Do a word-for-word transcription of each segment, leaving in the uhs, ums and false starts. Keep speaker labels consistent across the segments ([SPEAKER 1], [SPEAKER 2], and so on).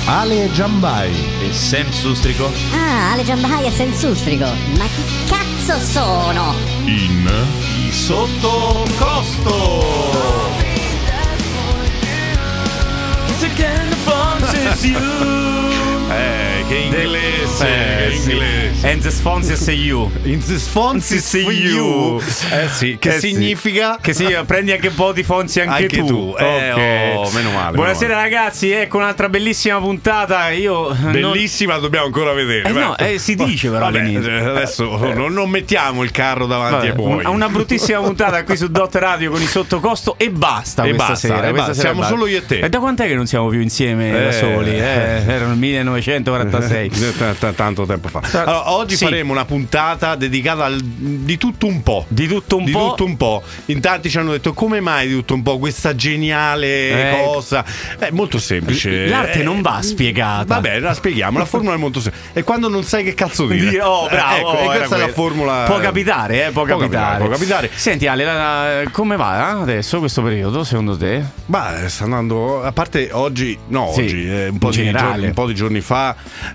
[SPEAKER 1] Ale Giambai
[SPEAKER 2] e Sam Sustrico.
[SPEAKER 3] Ah, Ale Giambai e Sam Sustrico. Ma chi cazzo sono?
[SPEAKER 2] In I Sottocosto. Eh, che inglese,
[SPEAKER 4] eh,
[SPEAKER 2] che
[SPEAKER 4] sì.
[SPEAKER 2] inglese.
[SPEAKER 4] And the sponsors you.
[SPEAKER 1] In the sponsors
[SPEAKER 4] for you.
[SPEAKER 1] Eh sì, che
[SPEAKER 4] Eh sì.
[SPEAKER 1] significa?
[SPEAKER 4] Che sì, prendi anche un po' di Fonzi anche,
[SPEAKER 1] Anche tu. Eh, oh, meno male,
[SPEAKER 4] Buonasera
[SPEAKER 1] meno
[SPEAKER 4] ragazzi, ecco un'altra bellissima puntata. Io
[SPEAKER 1] Bellissima,
[SPEAKER 4] non...
[SPEAKER 1] dobbiamo ancora vedere.
[SPEAKER 4] Eh
[SPEAKER 1] Beh.
[SPEAKER 4] no, eh, si dice però
[SPEAKER 1] Vabbè,
[SPEAKER 4] all'inizio.
[SPEAKER 1] adesso non, non mettiamo il carro davanti
[SPEAKER 4] Vabbè,
[SPEAKER 1] ai buoi.
[SPEAKER 4] un- una bruttissima puntata qui su Dot Radio con il Sottocosto e basta
[SPEAKER 1] E
[SPEAKER 4] questa
[SPEAKER 1] basta,
[SPEAKER 4] sera.
[SPEAKER 1] e
[SPEAKER 4] questa
[SPEAKER 1] basta.
[SPEAKER 4] sera
[SPEAKER 1] Siamo
[SPEAKER 4] basta.
[SPEAKER 1] solo io e te.
[SPEAKER 4] E da quant'è che non siamo più insieme da
[SPEAKER 1] Eh.
[SPEAKER 4] soli? Eh, erano il millenovecentoquarantasei.
[SPEAKER 1] T- t- Tanto tempo fa. Allora, oggi
[SPEAKER 4] Sì.
[SPEAKER 1] faremo una puntata dedicata al, di tutto un po'.
[SPEAKER 4] Di tutto un
[SPEAKER 1] di
[SPEAKER 4] po'.
[SPEAKER 1] tutto un po'. In tanti ci hanno detto come mai di tutto un po' questa geniale
[SPEAKER 4] Eh.
[SPEAKER 1] cosa. È molto semplice.
[SPEAKER 4] L'arte
[SPEAKER 1] Eh,
[SPEAKER 4] non va spiegata.
[SPEAKER 1] Vabbè, la spieghiamo. La formula è molto semplice. E quando non sai che cazzo dire.
[SPEAKER 4] Dire, oh, bravo,
[SPEAKER 1] Eh, ecco,
[SPEAKER 4] oh,
[SPEAKER 1] e
[SPEAKER 4] era
[SPEAKER 1] questa è la
[SPEAKER 4] quello.
[SPEAKER 1] formula.
[SPEAKER 4] Può capitare, eh, può,
[SPEAKER 1] Può
[SPEAKER 4] capitare.
[SPEAKER 1] capitare, può capitare.
[SPEAKER 4] Senti Ale, la- la- come va eh, adesso questo periodo secondo te?
[SPEAKER 1] Ma sta andando, a parte oggi, no,
[SPEAKER 4] Sì,
[SPEAKER 1] oggi, eh, un, po
[SPEAKER 4] in
[SPEAKER 1] di
[SPEAKER 4] generale.
[SPEAKER 1] giorni, un po' di giorni fa,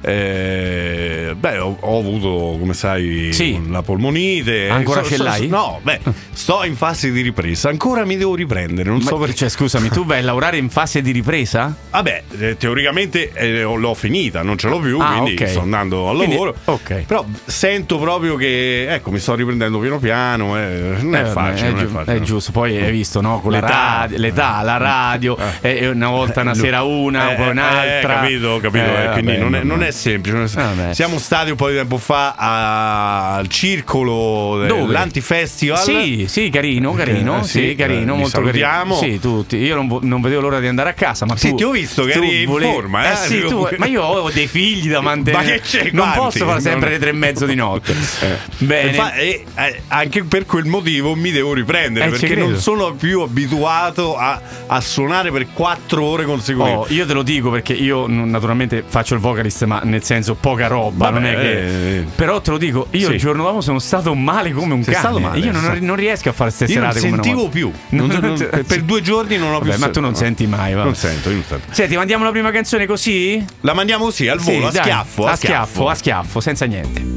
[SPEAKER 1] eh, beh, ho, ho avuto, come sai,
[SPEAKER 4] Sì.
[SPEAKER 1] la polmonite.
[SPEAKER 4] Ancora
[SPEAKER 1] So-
[SPEAKER 4] ce
[SPEAKER 1] so-
[SPEAKER 4] l'hai?
[SPEAKER 1] No, beh, sto in fase di ripresa, ancora mi devo riprendere, non so
[SPEAKER 4] Ma-
[SPEAKER 1] perché.
[SPEAKER 4] Cioè, scusami, tu vai a lavorare in fase di ripresa?
[SPEAKER 1] Vabbè, eh, teoricamente eh, l'ho finita, non ce l'ho più,
[SPEAKER 4] Ah,
[SPEAKER 1] quindi
[SPEAKER 4] ok.
[SPEAKER 1] sto andando al
[SPEAKER 4] Quindi-
[SPEAKER 1] lavoro.
[SPEAKER 4] ok.
[SPEAKER 1] Però sento proprio che, ecco, mi sto riprendendo piano piano, eh, non è
[SPEAKER 4] Eh,
[SPEAKER 1] facile,
[SPEAKER 4] è,
[SPEAKER 1] non è
[SPEAKER 4] giu-
[SPEAKER 1] facile.
[SPEAKER 4] è giusto, poi hai visto, no? Con la
[SPEAKER 1] L'età.
[SPEAKER 4] radio, l'età, la radio,
[SPEAKER 1] Eh.
[SPEAKER 4] e una volta una
[SPEAKER 1] Eh,
[SPEAKER 4] sera una,
[SPEAKER 1] eh,
[SPEAKER 4] poi un'altra.
[SPEAKER 1] Eh, capito, capito.
[SPEAKER 4] Eh,
[SPEAKER 1] eh, quindi
[SPEAKER 4] vabbè,
[SPEAKER 1] non, è, non
[SPEAKER 4] vabbè.
[SPEAKER 1] è semplice. non è semplice.
[SPEAKER 4] Vabbè.
[SPEAKER 1] Siamo stati un po' di tempo fa a- al circolo
[SPEAKER 4] Dove?
[SPEAKER 1] dell'Antifestival.
[SPEAKER 4] Sì, sì, carino, carino,
[SPEAKER 1] Eh,
[SPEAKER 4] sì,
[SPEAKER 1] sì,
[SPEAKER 4] carino,
[SPEAKER 1] eh, li
[SPEAKER 4] molto
[SPEAKER 1] salutiamo.
[SPEAKER 4] carino. Sì, tutti. Io non, vo- non vedevo l'ora di andare a casa, ma
[SPEAKER 1] Sì,
[SPEAKER 4] tu
[SPEAKER 1] ti ho visto che
[SPEAKER 4] tu
[SPEAKER 1] eri in
[SPEAKER 4] volevi-
[SPEAKER 1] forma, eh?
[SPEAKER 4] sì, tu- ma io ho dei figli da mantenere.
[SPEAKER 1] Ma che c'è,
[SPEAKER 4] Non
[SPEAKER 1] quanti?
[SPEAKER 4] posso fare sempre
[SPEAKER 1] Non-
[SPEAKER 4] le tre e mezzo di notte. Bene.
[SPEAKER 1] Infa- e, eh, anche per quel motivo mi devo riprendere,
[SPEAKER 4] Eh, ci
[SPEAKER 1] perché
[SPEAKER 4] credo.
[SPEAKER 1] non sono più abituato a, a suonare per quattro ore consecutive.
[SPEAKER 4] Oh, io te lo dico perché io n- naturalmente faccio il vocalist, ma nel senso poca roba,
[SPEAKER 1] Vabbè,
[SPEAKER 4] non è che.
[SPEAKER 1] eh,
[SPEAKER 4] Però te lo dico, io
[SPEAKER 1] sì.
[SPEAKER 4] il giorno dopo sono stato male come un
[SPEAKER 1] Sei
[SPEAKER 4] cane.
[SPEAKER 1] stato male,
[SPEAKER 4] io non,
[SPEAKER 1] sei stato-
[SPEAKER 4] non riesco a fare queste
[SPEAKER 1] Io non
[SPEAKER 4] serate come una
[SPEAKER 1] sentivo
[SPEAKER 4] volta.
[SPEAKER 1] più. Non- non- per, per due giorni non ho più
[SPEAKER 4] Vabbè, ma tu non
[SPEAKER 1] no.
[SPEAKER 4] senti mai, va.
[SPEAKER 1] Non sento, io non sento.
[SPEAKER 4] Senti, mandiamo la prima canzone così?
[SPEAKER 1] La mandiamo così al volo,
[SPEAKER 4] Sì,
[SPEAKER 1] a
[SPEAKER 4] dai,
[SPEAKER 1] schiaffo,
[SPEAKER 4] a schiaffo, a schiaffo, senza niente.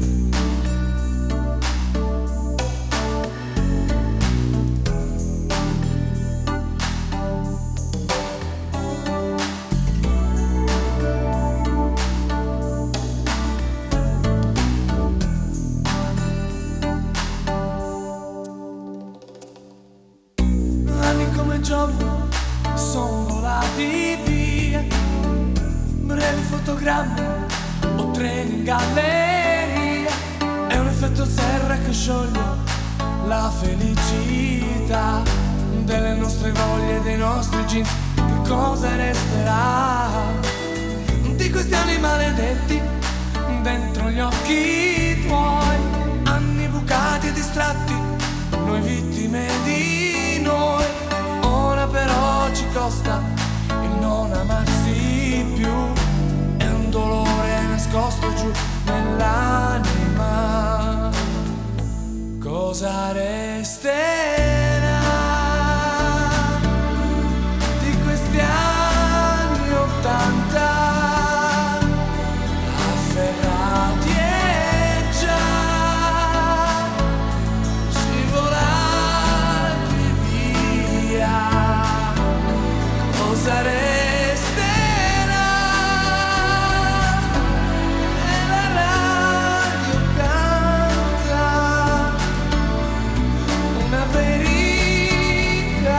[SPEAKER 5] Anni come giorni sono volati via, brevi fotogrammi o treni in galleria, è un effetto serra che scioglie la felicità delle nostre voglie, dei nostri jeans. Che cosa resterà di questi anni maledetti dentro gli occhi tuoi, anni bucati e distratti, noi vittime di noi. Ora però ci costa il non amarsi più, è un dolore nascosto giù nell'anima. Cosa resterà di questi anni ottanta, afferrati e già scivolati via? Cosa resterà? E la radio canta una verità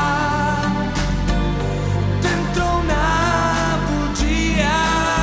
[SPEAKER 5] dentro una bugia.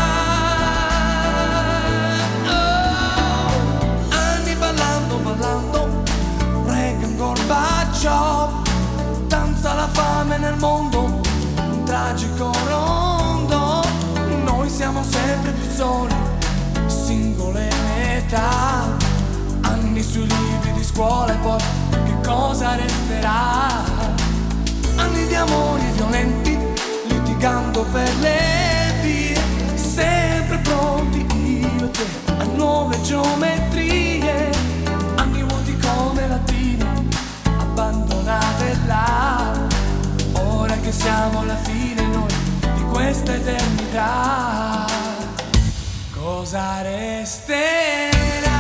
[SPEAKER 5] Oh, anni ballando, ballando, Reagan, Gorbaciov, danza la fame nel mondo, un tragico rondo. Noi siamo sempre più soli, singole metà, anni sui libri di scuola e poi che cosa resterà? Anni di amori violenti, litigando per le vie, sempre pronti io e te a nuove geometrie, anni vuoti come latine, abbandonate là, ora che siamo alla fine noi di questa eternità. Cosa resterà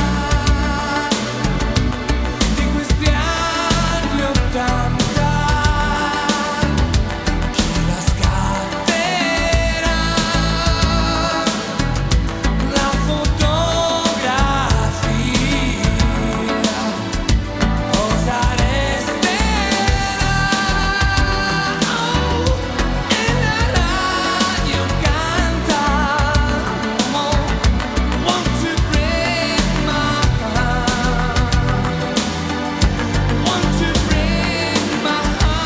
[SPEAKER 5] di questi anni ottanta? Chi la scatterà? La fotografia. Cosa resterà? Oh, e la radio canta. Want to break my heart. Want to break my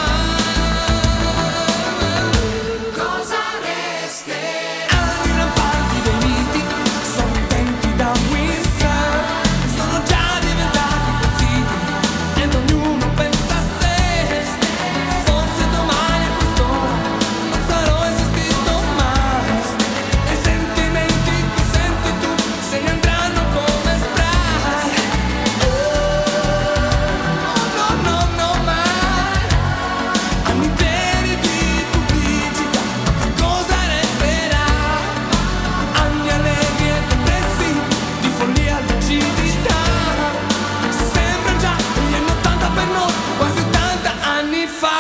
[SPEAKER 5] heart. Cosa resterà? Anni rampanti dei miti, sono intenti da Winston, sono già diventati vestiti ed ognuno pensa a sé. Forse domani a quest'ora non sarò esistito mai. E i sentimenti che senti tu se ne andranno come spray. Oh, no, no, no, mai. Anni interi di pubblicità, che cosa resterà? Anni allegri e depressi, di follia e lucidità. Sembra già gli anni ottanta per noi, quasi ottanta anni fa.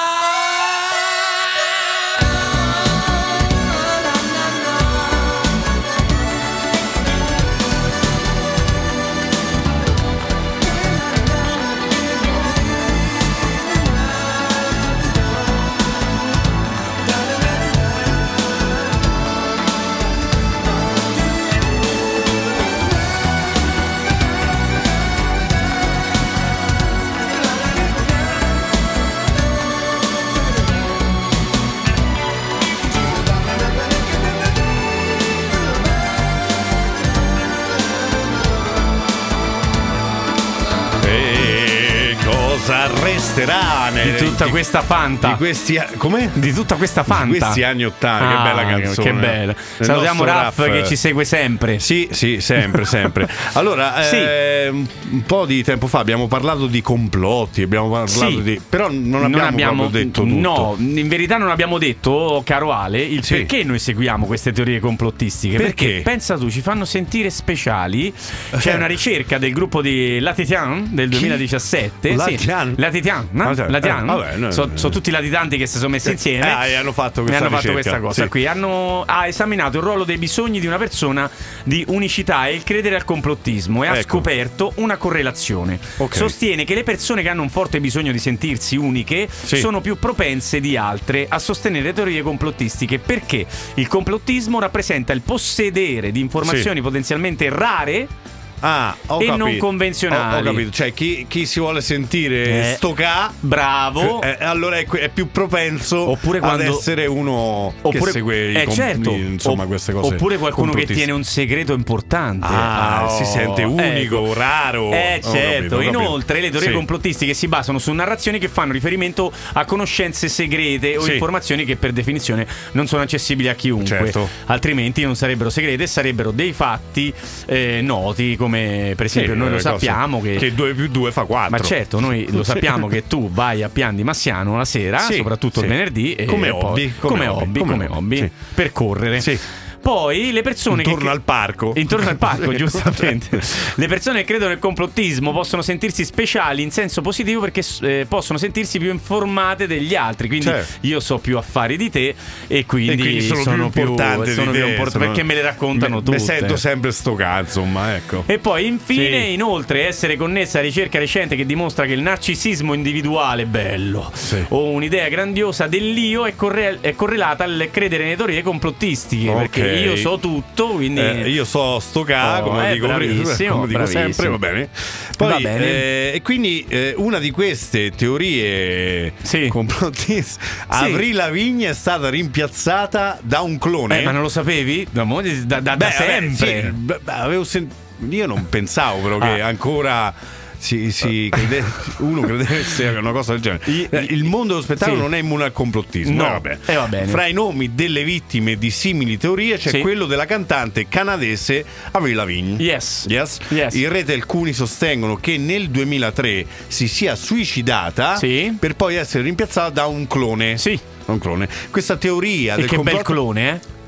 [SPEAKER 1] E cosa resterà
[SPEAKER 4] Di tutta questa Fanta.
[SPEAKER 1] di questi a- come?
[SPEAKER 4] Di tutta questa
[SPEAKER 1] Di
[SPEAKER 4] Fanta.
[SPEAKER 1] questi anni ottanta, che
[SPEAKER 4] Ah,
[SPEAKER 1] bella canzone.
[SPEAKER 4] Che bella.
[SPEAKER 1] Del
[SPEAKER 4] Salutiamo
[SPEAKER 1] nostro
[SPEAKER 4] Raff
[SPEAKER 1] Raff.
[SPEAKER 4] che ci segue sempre.
[SPEAKER 1] Sì, sì, sempre, sempre. Allora,
[SPEAKER 4] Sì.
[SPEAKER 1] eh, un po' di tempo fa abbiamo parlato di complotti, abbiamo parlato
[SPEAKER 4] Sì.
[SPEAKER 1] di... Però non abbiamo, proprio detto tutto.
[SPEAKER 4] No, in verità non abbiamo detto, caro Ale, il
[SPEAKER 1] Sì.
[SPEAKER 4] perché noi seguiamo queste teorie complottistiche.
[SPEAKER 1] Perché?
[SPEAKER 4] Pensa tu, ci fanno sentire speciali. C'è
[SPEAKER 1] Eh.
[SPEAKER 4] una ricerca del gruppo di Latitian del duemiladiciassette.
[SPEAKER 1] Latitian?
[SPEAKER 4] Sì. Latitian, no?
[SPEAKER 1] Latitian.
[SPEAKER 4] Latitian.
[SPEAKER 1] Eh, vabbè, no,
[SPEAKER 4] So-
[SPEAKER 1] no.
[SPEAKER 4] sono tutti latitanti che si sono messi insieme.
[SPEAKER 1] Ah, e hanno fatto
[SPEAKER 4] E
[SPEAKER 1] questa
[SPEAKER 4] hanno fatto
[SPEAKER 1] ricerca.
[SPEAKER 4] questa cosa
[SPEAKER 1] Sì.
[SPEAKER 4] qui. Hanno, ha esaminato il ruolo dei bisogni di una persona di unicità e il credere al complottismo e ha
[SPEAKER 1] Ecco.
[SPEAKER 4] scoperto una correlazione.
[SPEAKER 1] Ok.
[SPEAKER 4] Sostiene che le persone che hanno un forte bisogno di sentirsi uniche
[SPEAKER 1] Sì.
[SPEAKER 4] sono più propense di altre a sostenere teorie complottistiche, perché il complottismo rappresenta il possedere di informazioni potenzialmente rare
[SPEAKER 1] Ah, ho
[SPEAKER 4] e
[SPEAKER 1] capito.
[SPEAKER 4] non convenzionali.
[SPEAKER 1] Ho, ho capito. Cioè, chi, chi si vuole sentire
[SPEAKER 4] Eh,
[SPEAKER 1] stocca,
[SPEAKER 4] bravo.
[SPEAKER 1] eh, allora è, è più propenso
[SPEAKER 4] Oppure
[SPEAKER 1] ad
[SPEAKER 4] quando-
[SPEAKER 1] essere uno
[SPEAKER 4] Oppure,
[SPEAKER 1] che segue i
[SPEAKER 4] eh,
[SPEAKER 1] com-
[SPEAKER 4] certo.
[SPEAKER 1] i- insomma,
[SPEAKER 4] O-
[SPEAKER 1] queste cose.
[SPEAKER 4] Oppure qualcuno che
[SPEAKER 1] complottistiche.
[SPEAKER 4] tiene un segreto importante.
[SPEAKER 1] Ah,
[SPEAKER 4] Oh,
[SPEAKER 1] si sente unico,
[SPEAKER 4] ecco.
[SPEAKER 1] raro.
[SPEAKER 4] Eh
[SPEAKER 1] Ho
[SPEAKER 4] certo.
[SPEAKER 1] capito, ho capito.
[SPEAKER 4] Inoltre le teorie
[SPEAKER 1] Sì.
[SPEAKER 4] complottistiche si basano su narrazioni che fanno riferimento a conoscenze segrete o
[SPEAKER 1] Sì.
[SPEAKER 4] informazioni che per definizione non sono accessibili a chiunque.
[SPEAKER 1] Certo.
[SPEAKER 4] Altrimenti non sarebbero segrete, sarebbero dei fatti eh, noti, come per esempio
[SPEAKER 1] Sì,
[SPEAKER 4] noi lo
[SPEAKER 1] le cose-
[SPEAKER 4] sappiamo che
[SPEAKER 1] che due più due fa quattro.
[SPEAKER 4] Ma certo, noi lo
[SPEAKER 1] Sì.
[SPEAKER 4] sappiamo che tu vai a Pian di Massiano la sera,
[SPEAKER 1] Sì,
[SPEAKER 4] soprattutto
[SPEAKER 1] sì.
[SPEAKER 4] il venerdì, e
[SPEAKER 1] Come
[SPEAKER 4] poi-
[SPEAKER 1] hobby,
[SPEAKER 4] come,
[SPEAKER 1] come
[SPEAKER 4] hobby,
[SPEAKER 1] hobby,
[SPEAKER 4] come
[SPEAKER 1] come
[SPEAKER 4] hobby,
[SPEAKER 1] hobby,
[SPEAKER 4] per correre.
[SPEAKER 1] Sì.
[SPEAKER 4] Poi le persone
[SPEAKER 1] Intorno
[SPEAKER 4] che
[SPEAKER 1] al parco.
[SPEAKER 4] Intorno al parco,
[SPEAKER 1] Sì.
[SPEAKER 4] giustamente. Le persone che credono nel complottismo possono sentirsi speciali in senso positivo perché eh, possono sentirsi più informate degli altri. Quindi
[SPEAKER 1] Certo.
[SPEAKER 4] io so più affari di te e quindi,
[SPEAKER 1] E quindi sono più importante
[SPEAKER 4] sono
[SPEAKER 1] di
[SPEAKER 4] più
[SPEAKER 1] te,
[SPEAKER 4] import-
[SPEAKER 1] sono-
[SPEAKER 4] perché me le raccontano
[SPEAKER 1] Me-
[SPEAKER 4] tutte.
[SPEAKER 1] Me sento sempre sto cazzo, insomma, ecco.
[SPEAKER 4] E poi infine,
[SPEAKER 1] Sì.
[SPEAKER 4] inoltre, essere connessa a ricerca recente che dimostra che il narcisismo individuale, bello,
[SPEAKER 1] Sì.
[SPEAKER 4] o un'idea grandiosa dell'io è, corre- è correlata al credere nelle teorie complottistiche.
[SPEAKER 1] Ok.
[SPEAKER 4] Perché io so tutto, quindi...
[SPEAKER 1] Eh, io so sto ca,
[SPEAKER 4] Oh,
[SPEAKER 1] come
[SPEAKER 4] eh,
[SPEAKER 1] dico,
[SPEAKER 4] bravissimo,
[SPEAKER 1] come dico
[SPEAKER 4] bravissimo.
[SPEAKER 1] sempre, va bene. Poi,
[SPEAKER 4] Va bene.
[SPEAKER 1] eh, e quindi eh, una di queste teorie
[SPEAKER 4] Sì.
[SPEAKER 1] complottiste, Avril Lavigne è stata rimpiazzata da un clone.
[SPEAKER 4] Eh, ma non lo sapevi? Da, mo- da, da- da
[SPEAKER 1] Beh, vabbè,
[SPEAKER 4] sempre.
[SPEAKER 1] sì, beh, beh, avevo sen- io non pensavo però che
[SPEAKER 4] Ah.
[SPEAKER 1] ancora si, si crede- uno credesse a una cosa del genere.
[SPEAKER 4] I-
[SPEAKER 1] Eh, il mondo dello spettacolo
[SPEAKER 4] sì.
[SPEAKER 1] non è immune al complottismo.
[SPEAKER 4] No,
[SPEAKER 1] eh, vabbè.
[SPEAKER 4] eh, va bene.
[SPEAKER 1] Fra i nomi delle vittime di simili teorie c'è
[SPEAKER 4] Sì.
[SPEAKER 1] quello della cantante canadese Avril Lavigne.
[SPEAKER 4] Yes.
[SPEAKER 1] Yes.
[SPEAKER 4] Yes.
[SPEAKER 1] In rete alcuni sostengono che nel duemilatré si sia suicidata
[SPEAKER 4] Sì.
[SPEAKER 1] per poi essere rimpiazzata da un clone.
[SPEAKER 4] Sì.
[SPEAKER 1] Un clone. Questa teoria
[SPEAKER 4] E
[SPEAKER 1] del
[SPEAKER 4] che bel
[SPEAKER 1] complotto-
[SPEAKER 4] clone, eh?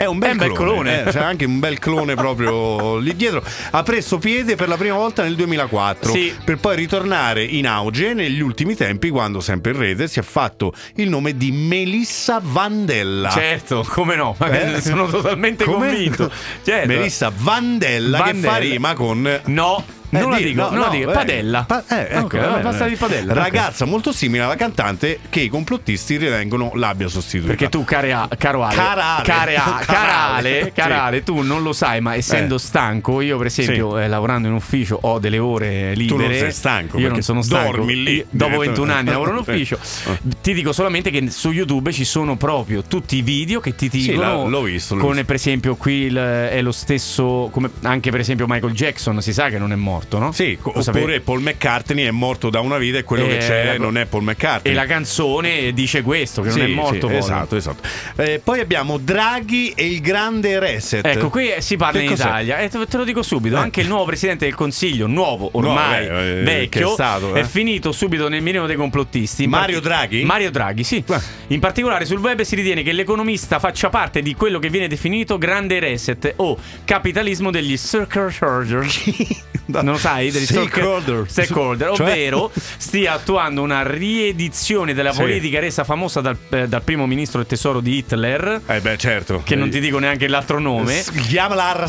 [SPEAKER 1] È un bel
[SPEAKER 4] È un bel
[SPEAKER 1] clone,
[SPEAKER 4] clone.
[SPEAKER 1] eh, c'è anche un bel clone proprio lì dietro. Ha preso piede per la prima volta nel duemilaquattro,
[SPEAKER 4] Sì.
[SPEAKER 1] per poi ritornare in auge negli ultimi tempi, quando sempre in rete si è fatto il nome di Melissa Vandella.
[SPEAKER 4] Certo, come no? Ma
[SPEAKER 1] Eh?
[SPEAKER 4] sono totalmente
[SPEAKER 1] Come?
[SPEAKER 4] convinto. Certo.
[SPEAKER 1] Melissa Vandella, che fa
[SPEAKER 4] Vandella.
[SPEAKER 1] rima con
[SPEAKER 4] No, non
[SPEAKER 1] Eh,
[SPEAKER 4] la
[SPEAKER 1] di-
[SPEAKER 4] dico,
[SPEAKER 1] no,
[SPEAKER 4] non la
[SPEAKER 1] no,
[SPEAKER 4] dico.
[SPEAKER 1] eh,
[SPEAKER 4] Padella.
[SPEAKER 1] pa- eh, ecco,
[SPEAKER 4] Ok,
[SPEAKER 1] va bene,
[SPEAKER 4] basta
[SPEAKER 1] eh.
[SPEAKER 4] di padella.
[SPEAKER 1] Ragazza molto simile alla cantante che i complottisti ritengono l'abbia sostituita.
[SPEAKER 4] Perché tu, care a- caro Ale,
[SPEAKER 1] Carale.
[SPEAKER 4] care a-
[SPEAKER 1] Carale.
[SPEAKER 4] carale,
[SPEAKER 1] Sì.
[SPEAKER 4] carale, tu non lo sai, ma essendo
[SPEAKER 1] Eh.
[SPEAKER 4] stanco, io per esempio
[SPEAKER 1] Sì.
[SPEAKER 4] eh, lavorando in ufficio ho delle ore libere.
[SPEAKER 1] non sei stanco,
[SPEAKER 4] Io
[SPEAKER 1] perché
[SPEAKER 4] non sono stanco.
[SPEAKER 1] dormi lì
[SPEAKER 4] Io, dopo
[SPEAKER 1] direttamente.
[SPEAKER 4] ventuno anni lavoro in ufficio.
[SPEAKER 1] Eh.
[SPEAKER 4] Ti dico solamente che su YouTube ci sono proprio tutti i video che ti dicono.
[SPEAKER 1] la- l'ho visto, l'ho
[SPEAKER 4] Con
[SPEAKER 1] visto.
[SPEAKER 4] per esempio qui il- è lo stesso, come anche per esempio Michael Jackson, si sa che non è morto, no?
[SPEAKER 1] Sì, co-
[SPEAKER 4] Lo
[SPEAKER 1] oppure
[SPEAKER 4] sapevi?
[SPEAKER 1] Paul McCartney è morto da una vita e quello che
[SPEAKER 4] Eh,
[SPEAKER 1] c'è
[SPEAKER 4] la-
[SPEAKER 1] non è Paul McCartney.
[SPEAKER 4] E la canzone dice questo, che non
[SPEAKER 1] Sì,
[SPEAKER 4] è morto.
[SPEAKER 1] sì,
[SPEAKER 4] poi.
[SPEAKER 1] esatto, esatto. Eh, poi abbiamo Draghi e il grande reset.
[SPEAKER 4] Ecco, qui si parla
[SPEAKER 1] Che
[SPEAKER 4] in
[SPEAKER 1] cos'è?
[SPEAKER 4] Italia e te, te lo dico subito,
[SPEAKER 1] Eh.
[SPEAKER 4] anche il nuovo presidente del Consiglio, nuovo ormai,
[SPEAKER 1] No, beh, eh,
[SPEAKER 4] vecchio,
[SPEAKER 1] che è stato, eh.
[SPEAKER 4] è finito subito nel mirino dei complottisti. In
[SPEAKER 1] Mario Draghi?
[SPEAKER 4] Mario Draghi, sì.
[SPEAKER 1] Eh.
[SPEAKER 4] In particolare sul web si ritiene che l'economista faccia parte di quello che viene definito grande reset o capitalismo degli stakeholder. Non lo sai? Degli
[SPEAKER 1] Stakeholder.
[SPEAKER 4] stakeholder,
[SPEAKER 1] Cioè?
[SPEAKER 4] ovvero stia attuando una riedizione della
[SPEAKER 1] Sì.
[SPEAKER 4] politica resa famosa dal, eh, dal primo ministro del tesoro di Hitler,
[SPEAKER 1] Eh beh, certo.
[SPEAKER 4] che non ti dico neanche l'altro nome.
[SPEAKER 1] Chiamala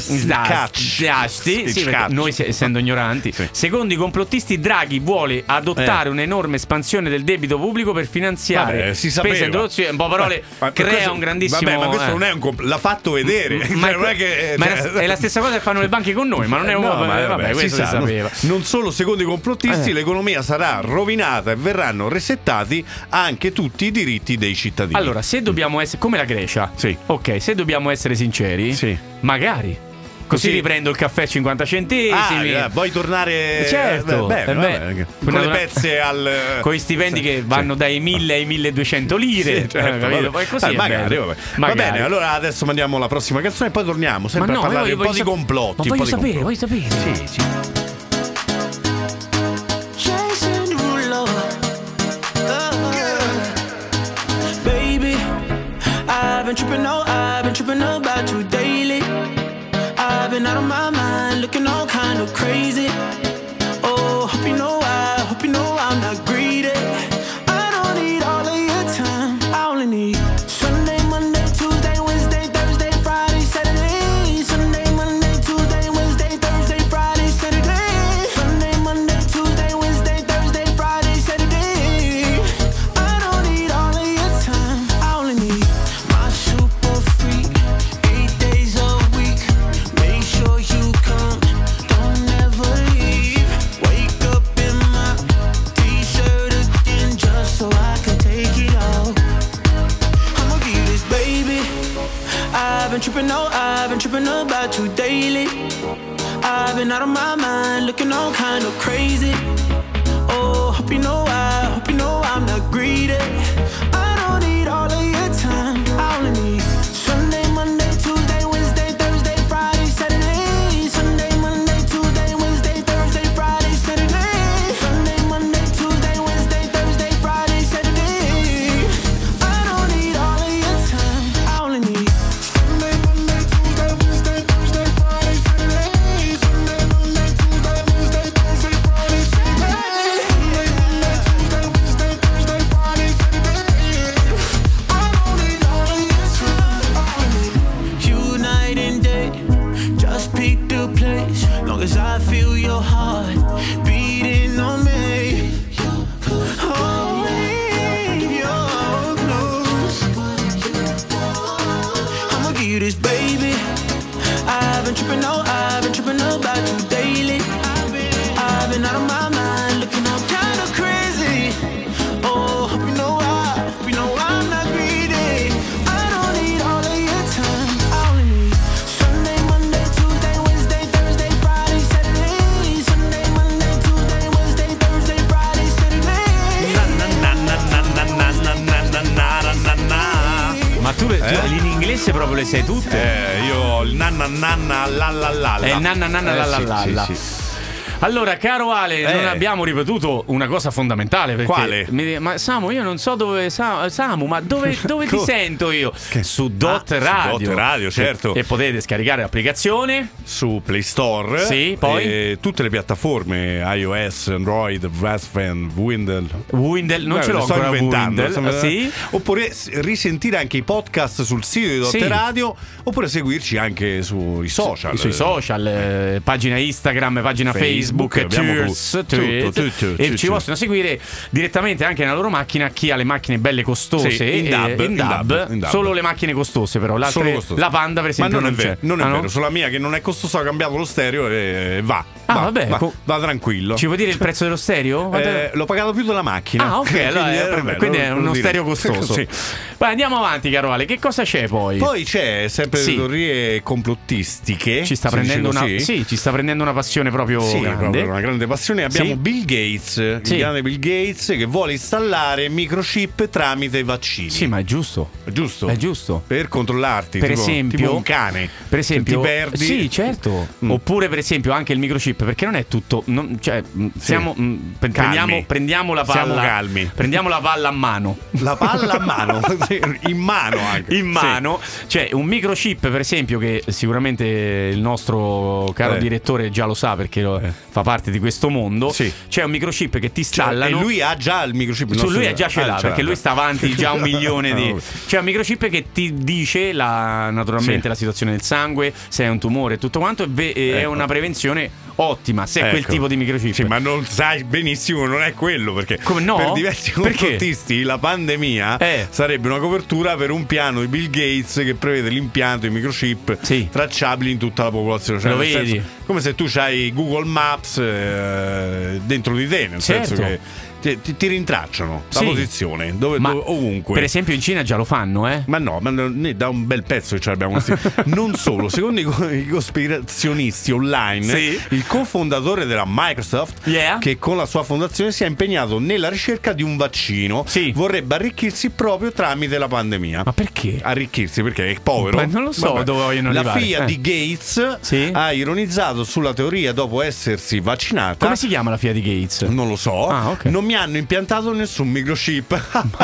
[SPEAKER 4] Sì, sì, perché noi se- essendo ignoranti.
[SPEAKER 1] Sì.
[SPEAKER 4] Secondo i complottisti, Draghi vuole adottare
[SPEAKER 1] Eh.
[SPEAKER 4] un'enorme espansione del debito pubblico per finanziare
[SPEAKER 1] Vabbè, si
[SPEAKER 4] spese
[SPEAKER 1] sapeva.
[SPEAKER 4] e introduzioni. Un po' parole,
[SPEAKER 1] Ma
[SPEAKER 4] crea
[SPEAKER 1] questo-
[SPEAKER 4] un grandissimo.
[SPEAKER 1] Vabbè, ma questo
[SPEAKER 4] eh.
[SPEAKER 1] non è un compl- l'ha fatto vedere.
[SPEAKER 4] Ma,
[SPEAKER 1] Cioè,
[SPEAKER 4] è,
[SPEAKER 1] non è che-
[SPEAKER 4] ma è
[SPEAKER 1] cioè-
[SPEAKER 4] la- è la stessa cosa che fanno le banche con noi, ma non è un
[SPEAKER 1] No,
[SPEAKER 4] vabbè,
[SPEAKER 1] ma
[SPEAKER 4] vabbè,
[SPEAKER 1] si
[SPEAKER 4] questo si
[SPEAKER 1] sa, non-
[SPEAKER 4] sapeva.
[SPEAKER 1] Non solo secondo i complottisti,
[SPEAKER 4] Eh.
[SPEAKER 1] l'economia sarà rovinata e verranno resettati anche tutti i diritti dei cittadini.
[SPEAKER 4] Allora, se dobbiamo essere come la Grecia,
[SPEAKER 1] Sì.
[SPEAKER 4] ok, se dobbiamo essere sinceri,
[SPEAKER 1] Sì.
[SPEAKER 4] magari. Così
[SPEAKER 1] Così-
[SPEAKER 4] riprendo il caffè cinquanta
[SPEAKER 1] Ah,
[SPEAKER 4] centesimi.
[SPEAKER 1] eh, vuoi tornare
[SPEAKER 4] Certo,
[SPEAKER 1] beh,
[SPEAKER 4] eh,
[SPEAKER 1] vabbè,
[SPEAKER 4] beh.
[SPEAKER 1] con le
[SPEAKER 4] Una-
[SPEAKER 1] pezze al
[SPEAKER 4] Con i stipendi
[SPEAKER 1] Sì,
[SPEAKER 4] che
[SPEAKER 1] sì.
[SPEAKER 4] vanno dai mille ai milleduecento lire.
[SPEAKER 1] Sì, certo,
[SPEAKER 4] eh, capito?
[SPEAKER 1] vabbè.
[SPEAKER 4] Poi così
[SPEAKER 1] Eh,
[SPEAKER 4] è
[SPEAKER 1] magari,
[SPEAKER 4] bello.
[SPEAKER 1] vabbè.
[SPEAKER 4] Magari.
[SPEAKER 1] Va bene, allora adesso mandiamo la prossima canzone e poi torniamo
[SPEAKER 4] Ma
[SPEAKER 1] sempre
[SPEAKER 4] no,
[SPEAKER 1] a parlare
[SPEAKER 4] io
[SPEAKER 1] un po'
[SPEAKER 4] voglio
[SPEAKER 1] di
[SPEAKER 4] sap-
[SPEAKER 1] complotti.
[SPEAKER 4] Ma
[SPEAKER 1] un
[SPEAKER 4] voglio
[SPEAKER 1] po' di
[SPEAKER 4] sapere,
[SPEAKER 1] complotti.
[SPEAKER 4] voglio sapere.
[SPEAKER 1] Sì, sì.
[SPEAKER 5] Chasing Derulo. Baby, I've been tripping, oh, I've been tripping about you daily. I've been out of my mind, looking all kind of crazy. Oh, hope you know I, hope you know I'm not greedy. I don't need all of your time, I only need Sunday, Monday, Tuesday, Wednesday, Thursday, Friday, Saturday. Sunday, Monday, Tuesday, Wednesday, Thursday, Friday, Saturday. Sunday, Monday, Tuesday, Wednesday, Thursday, Friday, Saturday. I don't need all of your time, I only need my super freak, eight days a week. Make sure you come, don't ever leave. Wake up in my t-shirt again just so I can take it off. I'ma give you this, baby. I've been tripping, oh, I've been tripping about you daily. I've been out of my mind, looking all kind of crazy. Oh, hope you know I, hope you know I'm not greedy. I don't need all of your time, I only need Sunday, Monday, Tuesday, Wednesday, Thursday, Friday, Saturday. Sunday, Monday, Tuesday, Wednesday, Thursday, Friday, Saturday. Sunday, Monday, Tuesday, Wednesday, Thursday, Friday, Saturday. I don't need all of your time, I only need Sunday, Monday, Tuesday, Wednesday, Thursday, Friday, Saturday. Sunday, Monday, Tuesday, Wednesday, Thursday, Friday, Saturday. Sunday, Monday, Tuesday, Wednesday, Thursday, Friday, Saturday. I don't need all of your time, I only need you night and day. Just pick the place, long as I feel your heart beating on me. Hold me, your close. I'ma give you this, baby. I've been tripping, oh, I've been tripping about you daily. I've been out of my mind, looking all kind of crazy. Oh, hope you know I, hope you know I'm not greedy. I don't need all of your time, I only need Sunday, Monday, Tuesday, Wednesday, Thursday, Friday, Saturday. Sunday, Monday, Tuesday, Wednesday, Thursday, Friday, Saturday.
[SPEAKER 1] Na, na, na, na, na, na, na, na, na, na, na.
[SPEAKER 4] Ma tu, le- tu
[SPEAKER 1] Eh?
[SPEAKER 4] in inglese proprio le sai tutte?
[SPEAKER 1] Eh, io ho il nanna nanna la la la la.
[SPEAKER 4] È il nanna nanna
[SPEAKER 1] Eh,
[SPEAKER 4] la la
[SPEAKER 1] sì,
[SPEAKER 4] la
[SPEAKER 1] sì,
[SPEAKER 4] la.
[SPEAKER 1] sì.
[SPEAKER 4] Allora, caro Ale,
[SPEAKER 1] Eh.
[SPEAKER 4] non abbiamo ripetuto una cosa fondamentale. Perché
[SPEAKER 1] Quale?
[SPEAKER 4] mi- ma Samu, io non so dove. Sa- Samu, ma dove, dove ti
[SPEAKER 1] Come?
[SPEAKER 4] sento io? Su Dot
[SPEAKER 1] Ah, su
[SPEAKER 4] Radio.
[SPEAKER 1] Dot Radio, certo.
[SPEAKER 4] E, e potete scaricare l'applicazione.
[SPEAKER 1] Su Play Store.
[SPEAKER 4] Sì, poi?
[SPEAKER 1] E tutte le piattaforme iOS, Android, Raspberry, Windows.
[SPEAKER 4] Windel, non
[SPEAKER 1] Beh,
[SPEAKER 4] ce l'ho
[SPEAKER 1] le sto
[SPEAKER 4] ancora
[SPEAKER 1] inventando,
[SPEAKER 4] Windel.
[SPEAKER 1] insomma,
[SPEAKER 4] Sì.
[SPEAKER 1] Oppure s- risentire anche i podcast sul sito di Dot
[SPEAKER 4] Sì.
[SPEAKER 1] Radio, oppure seguirci anche sui social.
[SPEAKER 4] Sui social, eh, pagina Instagram, pagina Facebook,
[SPEAKER 1] Facebook, abbiamo
[SPEAKER 4] Cheers,
[SPEAKER 1] tutto,
[SPEAKER 4] tweet,
[SPEAKER 1] tutto, tutto,
[SPEAKER 4] e
[SPEAKER 1] tutto.
[SPEAKER 4] ci possono seguire direttamente anche nella loro macchina. Chi ha le macchine belle costose,
[SPEAKER 1] Sì, in
[SPEAKER 4] e-
[SPEAKER 1] dub,
[SPEAKER 4] in
[SPEAKER 1] in
[SPEAKER 4] dub,
[SPEAKER 1] dub, in dub.
[SPEAKER 4] solo le macchine costose, però le
[SPEAKER 1] Solo
[SPEAKER 4] altre-
[SPEAKER 1] costose.
[SPEAKER 4] la Panda, per
[SPEAKER 1] Ma
[SPEAKER 4] esempio,
[SPEAKER 1] non è
[SPEAKER 4] c'è.
[SPEAKER 1] vero, non è
[SPEAKER 4] Ah, no?
[SPEAKER 1] vero, sulla mia che non è costosa ho cambiato lo stereo e va.
[SPEAKER 4] Ah,
[SPEAKER 1] va,
[SPEAKER 4] vabbè,
[SPEAKER 1] va,
[SPEAKER 4] co-
[SPEAKER 1] va tranquillo.
[SPEAKER 4] Ci vuoi dire il prezzo dello stereo?
[SPEAKER 1] Eh, l'ho pagato più della macchina.
[SPEAKER 4] Ah, ok, allora
[SPEAKER 1] Quindi,
[SPEAKER 4] è,
[SPEAKER 1] eh, vabbè,
[SPEAKER 4] quindi
[SPEAKER 1] lo-
[SPEAKER 4] è
[SPEAKER 1] lo
[SPEAKER 4] uno
[SPEAKER 1] direi.
[SPEAKER 4] stereo costoso.
[SPEAKER 1] Sì.
[SPEAKER 4] Vai, andiamo avanti, caro Ale. Che cosa c'è poi?
[SPEAKER 1] Poi c'è sempre
[SPEAKER 4] Sì.
[SPEAKER 1] le teorie complottistiche.
[SPEAKER 4] ci sta
[SPEAKER 1] si
[SPEAKER 4] prendendo
[SPEAKER 1] dice
[SPEAKER 4] una,
[SPEAKER 1] così.
[SPEAKER 4] sì, ci sta prendendo una passione proprio
[SPEAKER 1] Sì,
[SPEAKER 4] grande.
[SPEAKER 1] proprio una grande passione. Abbiamo
[SPEAKER 4] Sì.
[SPEAKER 1] Bill Gates,
[SPEAKER 4] Sì.
[SPEAKER 1] il grande Bill Gates, che vuole installare microchip tramite i vaccini.
[SPEAKER 4] Sì, ma è giusto.
[SPEAKER 1] È giusto?
[SPEAKER 4] È giusto.
[SPEAKER 1] Per controllarti,
[SPEAKER 4] Per
[SPEAKER 1] tipo,
[SPEAKER 4] esempio,
[SPEAKER 1] tipo un cane.
[SPEAKER 4] Per esempio,
[SPEAKER 1] Se ti perdi.
[SPEAKER 4] sì, certo.
[SPEAKER 1] Mm.
[SPEAKER 4] Oppure, per esempio, anche il microchip, perché non è tutto. non- cioè, mh, siamo. mh, pre- prendiamo, prendiamo la palla.
[SPEAKER 1] Siamo calmi.
[SPEAKER 4] Prendiamo la palla a mano.
[SPEAKER 1] La palla a mano, sì, in mano anche.
[SPEAKER 4] In mano, cioè un microchip, per esempio, che sicuramente il nostro caro
[SPEAKER 1] Eh.
[SPEAKER 4] direttore già lo sa perché lo-
[SPEAKER 1] Eh.
[SPEAKER 4] fa parte di questo mondo.
[SPEAKER 1] Sì.
[SPEAKER 4] C'è un microchip che ti
[SPEAKER 1] Cioè,
[SPEAKER 4] installano.
[SPEAKER 1] e lui ha già il microchip. il
[SPEAKER 4] Su
[SPEAKER 1] nostro-
[SPEAKER 4] lui è già ce
[SPEAKER 1] ah,
[SPEAKER 4] l'ha
[SPEAKER 1] ce
[SPEAKER 4] perché lui sta avanti già un milione di.
[SPEAKER 1] Ah,
[SPEAKER 4] C'è un microchip che ti dice la, naturalmente
[SPEAKER 1] Sì.
[SPEAKER 4] la situazione del sangue, se è un tumore e tutto quanto, e ve- e è
[SPEAKER 1] Ecco.
[SPEAKER 4] una prevenzione ottima. Se è quel
[SPEAKER 1] Ecco.
[SPEAKER 4] tipo di microchip.
[SPEAKER 1] Sì, ma non sai benissimo, non è quello perché
[SPEAKER 4] Come no?
[SPEAKER 1] per diversi
[SPEAKER 4] Perché?
[SPEAKER 1] complottisti la pandemia
[SPEAKER 4] Eh.
[SPEAKER 1] sarebbe una copertura per un piano di Bill Gates che prevede l'impianto di microchip
[SPEAKER 4] Sì.
[SPEAKER 1] tracciabili in tutta la popolazione. Cioè,
[SPEAKER 4] Lo
[SPEAKER 1] nel
[SPEAKER 4] vedi?
[SPEAKER 1] senso, come se tu c'hai Google Maps eh, dentro di te, nel
[SPEAKER 4] Certo.
[SPEAKER 1] senso che ti, ti- ti rintracciano la
[SPEAKER 4] Sì.
[SPEAKER 1] posizione dove,
[SPEAKER 4] Ma,
[SPEAKER 1] dove- ovunque.
[SPEAKER 4] Per esempio in Cina già lo fanno, eh?
[SPEAKER 1] Ma no, ma non- ne- da un bel pezzo che ce l'abbiamo questi. Non solo, secondo i, co- i cospirazionisti online,
[SPEAKER 4] Sì.
[SPEAKER 1] il cofondatore della Microsoft,
[SPEAKER 4] Yeah.
[SPEAKER 1] che con la sua fondazione si è impegnato nella ricerca di un vaccino,
[SPEAKER 4] Sì.
[SPEAKER 1] vorrebbe arricchirsi proprio tramite la pandemia.
[SPEAKER 4] Ma perché?
[SPEAKER 1] Arricchirsi perché è povero.
[SPEAKER 4] Ma non lo so
[SPEAKER 1] Vabbè.
[SPEAKER 4] dove vogliono
[SPEAKER 1] La
[SPEAKER 4] arrivare.
[SPEAKER 1] figlia
[SPEAKER 4] Eh.
[SPEAKER 1] di Gates
[SPEAKER 4] Sì.
[SPEAKER 1] ha ironizzato sulla teoria dopo essersi vaccinata.
[SPEAKER 4] Come si chiama la figlia di Gates?
[SPEAKER 1] Non lo so.
[SPEAKER 4] Ah, ok.
[SPEAKER 1] Non mi hanno impiantato nessun microchip.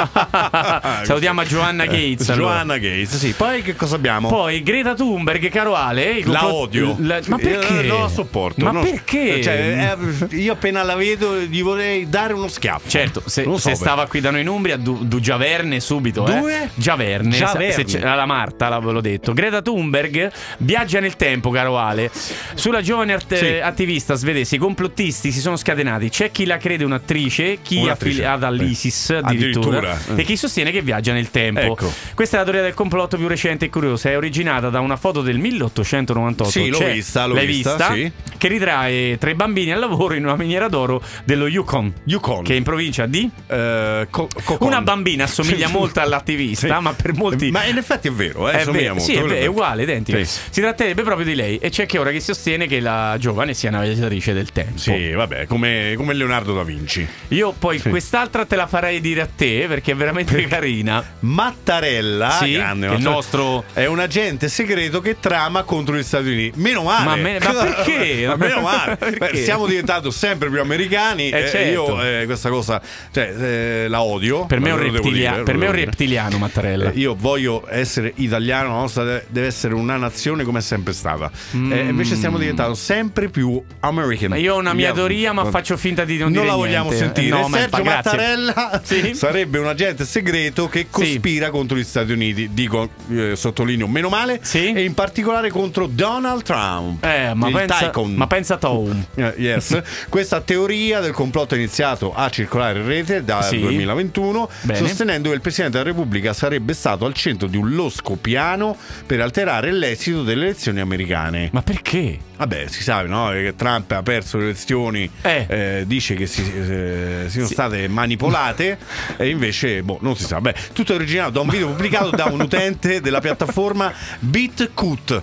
[SPEAKER 4] Salutiamo a Giovanna Gates, allora.
[SPEAKER 1] Giovanna Gates, sì. Poi che cosa abbiamo?
[SPEAKER 4] Poi Greta Thunberg, caro Ale, il
[SPEAKER 1] La
[SPEAKER 4] complot-
[SPEAKER 1] odio.
[SPEAKER 4] la- ma perché?
[SPEAKER 1] Io non la sopporto.
[SPEAKER 4] Ma
[SPEAKER 1] non-
[SPEAKER 4] perché?
[SPEAKER 1] Cioè, eh, io appena la vedo gli vorrei dare uno schiaffo.
[SPEAKER 4] Certo, se,
[SPEAKER 1] Non so
[SPEAKER 4] se
[SPEAKER 1] perché.
[SPEAKER 4] stava qui da noi in Umbria, du, du Giaverne subito.
[SPEAKER 1] Dove?
[SPEAKER 4] Eh? Giaverne.
[SPEAKER 1] Giaverne.
[SPEAKER 4] Se c'è- la Marta, l'avevo detto. Greta Thunberg viaggia nel tempo, caro Ale. Sulla giovane art-
[SPEAKER 1] Sì.
[SPEAKER 4] attivista svedese, i complottisti si sono scatenati. C'è chi la crede un'attrice, chi è
[SPEAKER 1] Un'attrice.
[SPEAKER 4] affiliata all'ISIS
[SPEAKER 1] Eh.
[SPEAKER 4] addirittura,
[SPEAKER 1] Addirittura.
[SPEAKER 4] e chi sostiene che viaggia nel tempo.
[SPEAKER 1] Ecco.
[SPEAKER 4] Questa è la teoria del complotto più recente e curiosa. È originata da una foto del milleottocentonovantotto.
[SPEAKER 1] Sì, l'ho
[SPEAKER 4] C'è-
[SPEAKER 1] vista, l'ho
[SPEAKER 4] l'hai
[SPEAKER 1] vista,
[SPEAKER 4] vista?
[SPEAKER 1] sì.
[SPEAKER 4] Che ritrae tre bambini al lavoro in una miniera d'oro dello Yukon.
[SPEAKER 1] Yukon.
[SPEAKER 4] Che è in provincia di?
[SPEAKER 1] Eh, co- Cocon.
[SPEAKER 4] Una bambina assomiglia
[SPEAKER 1] Sì.
[SPEAKER 4] molto all'attivista,
[SPEAKER 1] Sì.
[SPEAKER 4] ma per molti.
[SPEAKER 1] Ma in effetti è vero, eh,
[SPEAKER 4] è,
[SPEAKER 1] assomiglia
[SPEAKER 4] vero,
[SPEAKER 1] molto,
[SPEAKER 4] sì, è,
[SPEAKER 1] quello
[SPEAKER 4] vero, è uguale, identico.
[SPEAKER 1] Sì.
[SPEAKER 4] Si tratterebbe proprio di lei. E c'è chi ora che sostiene che la giovane sia una viaggiatrice del tempo.
[SPEAKER 1] Sì, vabbè, come, come Leonardo da Vinci.
[SPEAKER 4] Io poi
[SPEAKER 1] Sì.
[SPEAKER 4] quest'altra te la farei dire a te perché è veramente carina.
[SPEAKER 1] Mattarella,
[SPEAKER 4] Sì,
[SPEAKER 1] grande,
[SPEAKER 4] che è il
[SPEAKER 1] Mattarella,
[SPEAKER 4] nostro-
[SPEAKER 1] è un agente segreto che trama contro gli Stati Uniti. Meno male.
[SPEAKER 4] Ma me- ma perché?
[SPEAKER 1] Ma meno male.
[SPEAKER 4] Perché?
[SPEAKER 1] Beh, stiamo diventando sempre più americani.
[SPEAKER 4] Eh,
[SPEAKER 1] eh,
[SPEAKER 4] certo.
[SPEAKER 1] Io eh, questa cosa, cioè, eh, la odio.
[SPEAKER 4] Per me è un,
[SPEAKER 1] Lo devo
[SPEAKER 4] reptilia-
[SPEAKER 1] dire,
[SPEAKER 4] per
[SPEAKER 1] lo
[SPEAKER 4] me è un
[SPEAKER 1] devo dire.
[SPEAKER 4] reptiliano, Mattarella.
[SPEAKER 1] Eh, io voglio essere italiano, la nostra deve- deve essere una nazione come è sempre stata. Eh, invece stiamo diventando sempre più American.
[SPEAKER 4] Ma io ho una mia
[SPEAKER 1] Via-
[SPEAKER 4] teoria, ma faccio finta di non,
[SPEAKER 1] non
[SPEAKER 4] dire
[SPEAKER 1] la vogliamo
[SPEAKER 4] niente.
[SPEAKER 1] sentire.
[SPEAKER 4] Eh, no, ma-
[SPEAKER 1] Sergio
[SPEAKER 4] grazie.
[SPEAKER 1] Mattarella
[SPEAKER 4] Sì.
[SPEAKER 1] sarebbe un agente segreto che cospira contro gli Stati Uniti. Dico, eh, sottolineo, meno male.
[SPEAKER 4] Sì.
[SPEAKER 1] E in particolare contro Donald Trump.
[SPEAKER 4] Eh, ma
[SPEAKER 1] il
[SPEAKER 4] pensa,
[SPEAKER 1] tycoon.
[SPEAKER 4] ma pensa Tom.
[SPEAKER 1] Eh, yes. Questa teoria del complotto è iniziato a circolare in rete dal
[SPEAKER 4] Sì.
[SPEAKER 1] duemilaventuno,
[SPEAKER 4] Bene.
[SPEAKER 1] sostenendo che il Presidente della Repubblica sarebbe stato al centro di un losco piano per alterare l'esito delle elezioni americane.
[SPEAKER 4] Ma perché?
[SPEAKER 1] Vabbè, si sa, no? Che Trump ha perso le elezioni,
[SPEAKER 4] Eh.
[SPEAKER 1] eh, dice che si, eh, siano state manipolate, e invece, boh, non si sa. Beh, tutto è originato da un video pubblicato da un utente della piattaforma BitCut.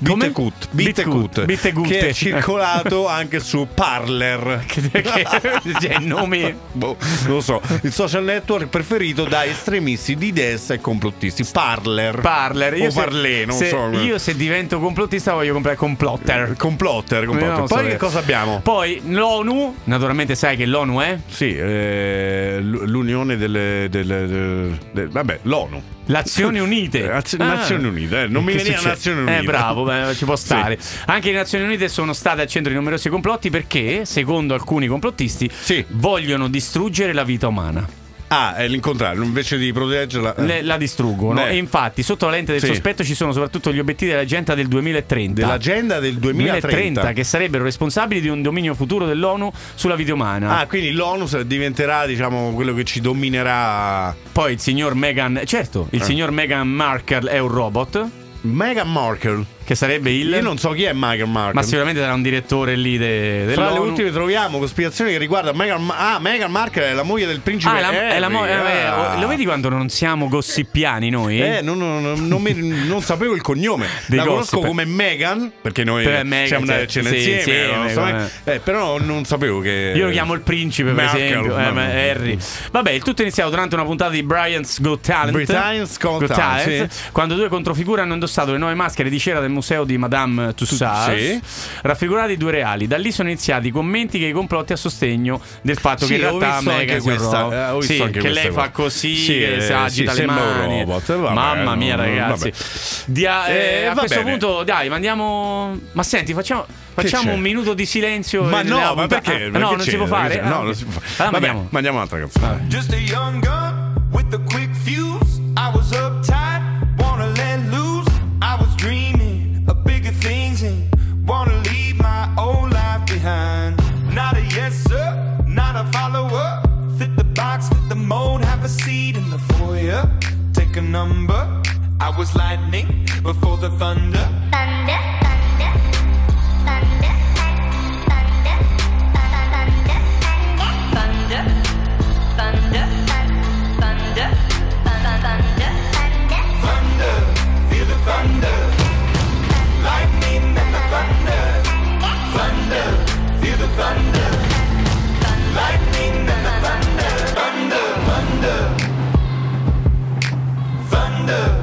[SPEAKER 1] Bittecut, Bittecut,
[SPEAKER 4] Bittecut,
[SPEAKER 1] che è circolato anche su Parler.
[SPEAKER 4] Che, che cioè, nomi
[SPEAKER 1] boh, non lo so, il social network preferito da estremisti di destra e complottisti. Parler.
[SPEAKER 4] Parler. Io
[SPEAKER 1] o
[SPEAKER 4] se,
[SPEAKER 1] Parler, non
[SPEAKER 4] se
[SPEAKER 1] so.
[SPEAKER 4] Io se divento complottista voglio comprare Complotter.
[SPEAKER 1] Complotter, complotter.
[SPEAKER 4] Non
[SPEAKER 1] Poi
[SPEAKER 4] so
[SPEAKER 1] che
[SPEAKER 4] che-
[SPEAKER 1] cosa abbiamo?
[SPEAKER 4] Poi l'ONU, naturalmente sai che l'ONU è
[SPEAKER 1] Sì, eh, l- l'unione delle, delle, delle- del- vabbè, l'ONU.
[SPEAKER 4] Nazioni Unite.
[SPEAKER 1] Eh, Azio- Nazioni Unite, eh, non mi
[SPEAKER 4] Che
[SPEAKER 1] veniva
[SPEAKER 4] succede?
[SPEAKER 1] Nazioni Unite.
[SPEAKER 4] Eh, bravo, beh, ci può
[SPEAKER 1] Sì.
[SPEAKER 4] stare. Anche le Nazioni Unite sono state al centro di numerosi complotti perché, secondo alcuni complottisti,
[SPEAKER 1] Sì.
[SPEAKER 4] vogliono distruggere la vita umana.
[SPEAKER 1] Ah, è l'incontrario, invece di proteggerla. eh.
[SPEAKER 4] Le- la distruggono.
[SPEAKER 1] Beh.
[SPEAKER 4] E infatti, sotto la lente del
[SPEAKER 1] Sì.
[SPEAKER 4] sospetto ci sono soprattutto gli obiettivi dell'agenda del duemilatrenta.
[SPEAKER 1] Dell'agenda del duemilatrenta.
[SPEAKER 4] Che sarebbero responsabili di un dominio futuro dell'ONU sulla vita umana.
[SPEAKER 1] Ah, quindi l'ONU se- diventerà, diciamo, quello che ci dominerà.
[SPEAKER 4] Poi il signor Meghan, certo, il
[SPEAKER 1] Eh.
[SPEAKER 4] signor Meghan Markle è un robot,
[SPEAKER 1] Meghan Markle.
[SPEAKER 4] che sarebbe il
[SPEAKER 1] Io non so chi è Meghan Markle.
[SPEAKER 4] ma sicuramente sarà un direttore lì de,
[SPEAKER 1] Fra le
[SPEAKER 4] dell'ONU.
[SPEAKER 1] ultime troviamo cospirazioni che riguardano Meghan Ma- Ah, Meghan Markle è la moglie del principe
[SPEAKER 4] Ah, è la, è la mo-
[SPEAKER 1] Harry.
[SPEAKER 4] eh,
[SPEAKER 1] Ah.
[SPEAKER 4] lo vedi quando non siamo gossipiani noi?
[SPEAKER 1] Eh, non, non- non- non mi- non sapevo il cognome.
[SPEAKER 4] Dei
[SPEAKER 1] La conosco
[SPEAKER 4] gossip.
[SPEAKER 1] come Megan, perché noi
[SPEAKER 4] Per Meghan,
[SPEAKER 1] siamo andati a
[SPEAKER 4] cioè,
[SPEAKER 1] cena
[SPEAKER 4] sì,
[SPEAKER 1] insieme.
[SPEAKER 4] sì,
[SPEAKER 1] non so
[SPEAKER 4] Meghan,
[SPEAKER 1] mai- eh, però non sapevo che.
[SPEAKER 4] Io lo chiamo il principe, per
[SPEAKER 1] Markle,
[SPEAKER 4] esempio, eh,
[SPEAKER 1] mamma
[SPEAKER 4] ma-
[SPEAKER 1] mia.
[SPEAKER 4] Harry. Vabbè, il tutto è iniziato durante una puntata di Brian's Got Talent.
[SPEAKER 1] Britain's Got Talent, sì.
[SPEAKER 4] Quando due controfigure hanno indossato le nuove maschere di cera del museo di Madame Tussauds,
[SPEAKER 1] Sì.
[SPEAKER 4] raffigurati due reali. Da lì sono iniziati i commenti che i complotti a sostegno del fatto
[SPEAKER 1] Sì,
[SPEAKER 4] che in
[SPEAKER 1] ho
[SPEAKER 4] realtà
[SPEAKER 1] visto anche
[SPEAKER 4] Meghan sia un
[SPEAKER 1] questa,
[SPEAKER 4] robot.
[SPEAKER 1] eh, ho visto
[SPEAKER 4] Sì,
[SPEAKER 1] anche
[SPEAKER 4] che
[SPEAKER 1] queste
[SPEAKER 4] lei fa
[SPEAKER 1] cose.
[SPEAKER 4] così,
[SPEAKER 1] Sì,
[SPEAKER 4] che
[SPEAKER 1] eh,
[SPEAKER 4] si agita
[SPEAKER 1] sì,
[SPEAKER 4] le
[SPEAKER 1] sembra un
[SPEAKER 4] mani.
[SPEAKER 1] robot, vabbè,
[SPEAKER 4] Mamma mia,
[SPEAKER 1] no,
[SPEAKER 4] ragazzi.
[SPEAKER 1] vabbè.
[SPEAKER 4] Dia- eh,
[SPEAKER 1] Eh,
[SPEAKER 4] a
[SPEAKER 1] va
[SPEAKER 4] questo
[SPEAKER 1] bene.
[SPEAKER 4] punto, dai, mandiamo. Ma senti, facciamo, facciamo
[SPEAKER 1] c'è?
[SPEAKER 4] un minuto di silenzio.
[SPEAKER 1] Ma
[SPEAKER 4] e
[SPEAKER 1] no,
[SPEAKER 4] nella
[SPEAKER 1] ma
[SPEAKER 4] puntata-
[SPEAKER 1] perché?
[SPEAKER 4] Ah,
[SPEAKER 1] Perché
[SPEAKER 4] no, non
[SPEAKER 1] c'è?
[SPEAKER 4] si può fare?
[SPEAKER 1] Perché c'è?
[SPEAKER 4] Ah,
[SPEAKER 1] No,
[SPEAKER 4] ok.
[SPEAKER 1] non si può fare.
[SPEAKER 4] Allora
[SPEAKER 1] Vabbè,
[SPEAKER 4] mandiamo.
[SPEAKER 1] mandiamo un'altra canzone.
[SPEAKER 5] Just a young gun with a quick fuse. I was uptight, wanna let loose. I was dreaming of bigger things and wanna leave my old life behind. Not a yes sir, not a follower. Fit the box, fit the mold, have a seat in the foyer. Take a number. I was lightning before the thunder.
[SPEAKER 3] Thunder, thunder, thunder, thunder, thunder, thunder, thunder, thunder, thunder,
[SPEAKER 5] Thunder, feel the thunder. Lightning and the thunder. Thunder, feel the thunder. Lightning and the thunder. Thunder, thunder. Thunder.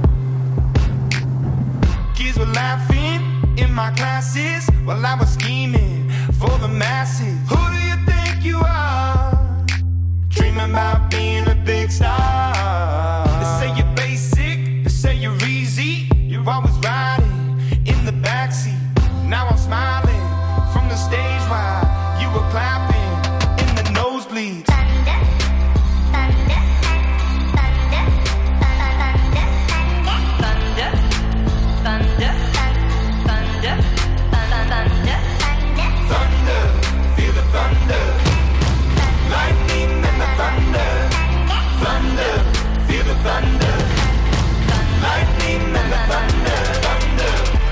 [SPEAKER 5] Kids were laughing in my classes while I was scheming for the masses. Who do you think you are? Dreaming about being a big star. They say you're basic, they say you're easy. You're always riding in the backseat. Now I'm smiling from the stage while you were clapping in the nosebleeds.
[SPEAKER 3] thunder, thunder, thunder, thunder, thunder, thunder, thunder,
[SPEAKER 5] Thunder, feel the thunder. Lightning and the thunder. Thunder, feel the thunder. Lightning and the thunder. Thunder.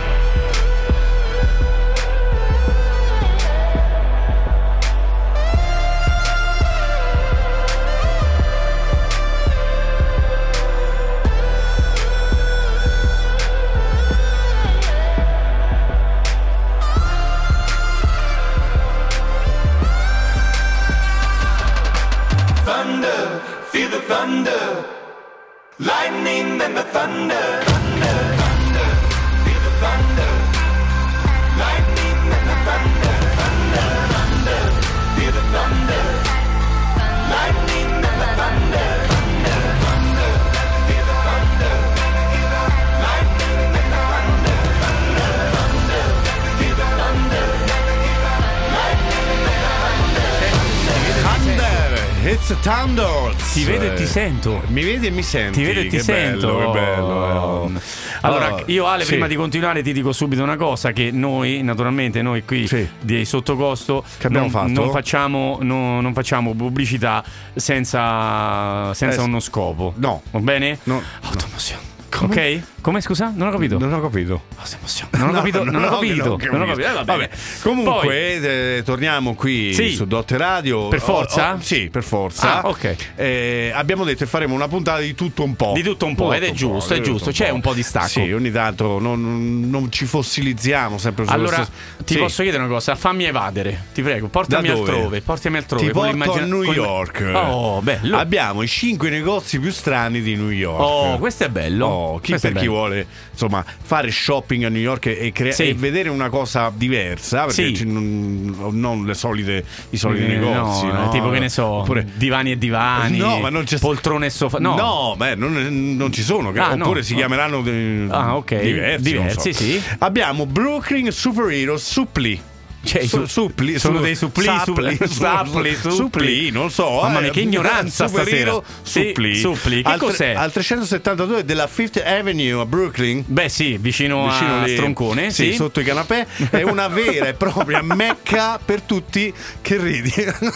[SPEAKER 5] Thunder, feel the thunder. Lightning and the thunder. Thunder, thunder, feel the thunder. Lightning and the thunder. Thunder, thunder, feel the thunder. Lightning and the thunder. Thunder, thunder, feel the thunder. Lightning and the thunder. Thunder, thunder, feel the thunder. Lightning and the
[SPEAKER 1] Thunder, it's thunder.
[SPEAKER 4] Ti vedo e ti sento.
[SPEAKER 1] Mi vedi e mi senti.
[SPEAKER 4] Ti vedo e ti
[SPEAKER 1] che
[SPEAKER 4] sento.
[SPEAKER 1] bello, che bello. eh.
[SPEAKER 4] Allora, io Ale,
[SPEAKER 1] sì.
[SPEAKER 4] prima di continuare ti dico subito una cosa, che noi, naturalmente, noi qui
[SPEAKER 1] Sì.
[SPEAKER 4] di Sottocosto
[SPEAKER 1] Che abbiamo
[SPEAKER 4] non,
[SPEAKER 1] fatto?
[SPEAKER 4] non facciamo no- non facciamo pubblicità senza, senza
[SPEAKER 1] Eh,
[SPEAKER 4] uno scopo.
[SPEAKER 1] no.
[SPEAKER 4] Va bene?
[SPEAKER 1] No,
[SPEAKER 4] Automozione. Ok? Come scusa? Non ho capito.
[SPEAKER 1] Non ho capito.
[SPEAKER 4] Oh, sei emozionato. Non ho capito. Non ho capito. Non ho capito. Eh, va bene.
[SPEAKER 1] Vabbè. Comunque,
[SPEAKER 4] Poi-
[SPEAKER 1] eh, torniamo qui
[SPEAKER 4] Sì.
[SPEAKER 1] su Dotte Radio.
[SPEAKER 4] Per forza?
[SPEAKER 1] Oh, oh, sì, per forza.
[SPEAKER 4] Ah, ok.
[SPEAKER 1] Eh, abbiamo detto che faremo una puntata di tutto un po'.
[SPEAKER 4] Di tutto un po', ed è
[SPEAKER 1] Tutto un po',
[SPEAKER 4] giusto, è
[SPEAKER 1] di tutto
[SPEAKER 4] giusto. C'è un po' di stacco.
[SPEAKER 1] Sì, ogni tanto non, non ci fossilizziamo sempre sullo
[SPEAKER 4] Allora,
[SPEAKER 1] stesso-
[SPEAKER 4] ti
[SPEAKER 1] Sì.
[SPEAKER 4] posso chiedere una cosa? Fammi evadere, ti prego. Portami
[SPEAKER 1] Da dove?
[SPEAKER 4] altrove. Portami altrove.
[SPEAKER 1] Ti
[SPEAKER 4] con
[SPEAKER 1] porto a
[SPEAKER 4] l'immagina-
[SPEAKER 1] New
[SPEAKER 4] con-
[SPEAKER 1] York.
[SPEAKER 4] Oh, bello.
[SPEAKER 1] Abbiamo i cinque negozi più strani di New York.
[SPEAKER 4] Oh, questo è bello.
[SPEAKER 1] Oh, chi
[SPEAKER 4] Questo è
[SPEAKER 1] per chi
[SPEAKER 4] bello.
[SPEAKER 1] vuole insomma fare shopping a New York e, crea-
[SPEAKER 4] Sì.
[SPEAKER 1] e vedere una cosa diversa, perché
[SPEAKER 4] Sì.
[SPEAKER 1] ci- non, non le solite i soliti
[SPEAKER 4] Eh,
[SPEAKER 1] negozi,
[SPEAKER 4] no,
[SPEAKER 1] no?
[SPEAKER 4] tipo che ne so,
[SPEAKER 1] Oppure-
[SPEAKER 4] divani e divani,
[SPEAKER 1] No, ma non c'è
[SPEAKER 4] poltrone e sofà. No,
[SPEAKER 1] No, beh, non, non ci sono. che-
[SPEAKER 4] Ah, no.
[SPEAKER 1] oppure si chiameranno de-
[SPEAKER 4] Ah, ok.
[SPEAKER 1] diversi.
[SPEAKER 4] Diversi,
[SPEAKER 1] non so.
[SPEAKER 4] sì.
[SPEAKER 1] Abbiamo Brooklyn Superhero Suppli.
[SPEAKER 4] Cioè, i
[SPEAKER 1] Su-
[SPEAKER 4] su-
[SPEAKER 1] suppli,
[SPEAKER 4] sono
[SPEAKER 1] su-
[SPEAKER 4] dei suppli,
[SPEAKER 1] suppli,
[SPEAKER 4] su-
[SPEAKER 1] su-
[SPEAKER 4] suppli,
[SPEAKER 1] su-
[SPEAKER 4] suppli.
[SPEAKER 1] suppli, non so.
[SPEAKER 4] Mamma mia,
[SPEAKER 1] eh,
[SPEAKER 4] che ignoranza
[SPEAKER 1] Superhero
[SPEAKER 4] stasera.
[SPEAKER 1] Suppli.
[SPEAKER 4] Sì, suppli. Che
[SPEAKER 1] Al tre-
[SPEAKER 4] cos'è?
[SPEAKER 1] Al trecentosettantadue della Fifth Avenue a Brooklyn.
[SPEAKER 4] Beh, sì, vicino,
[SPEAKER 1] Vicino
[SPEAKER 4] a
[SPEAKER 1] lì,
[SPEAKER 4] Stroncone,
[SPEAKER 1] sì,
[SPEAKER 4] sì.
[SPEAKER 1] sotto i canapè. È una vera e propria mecca per tutti che ridi.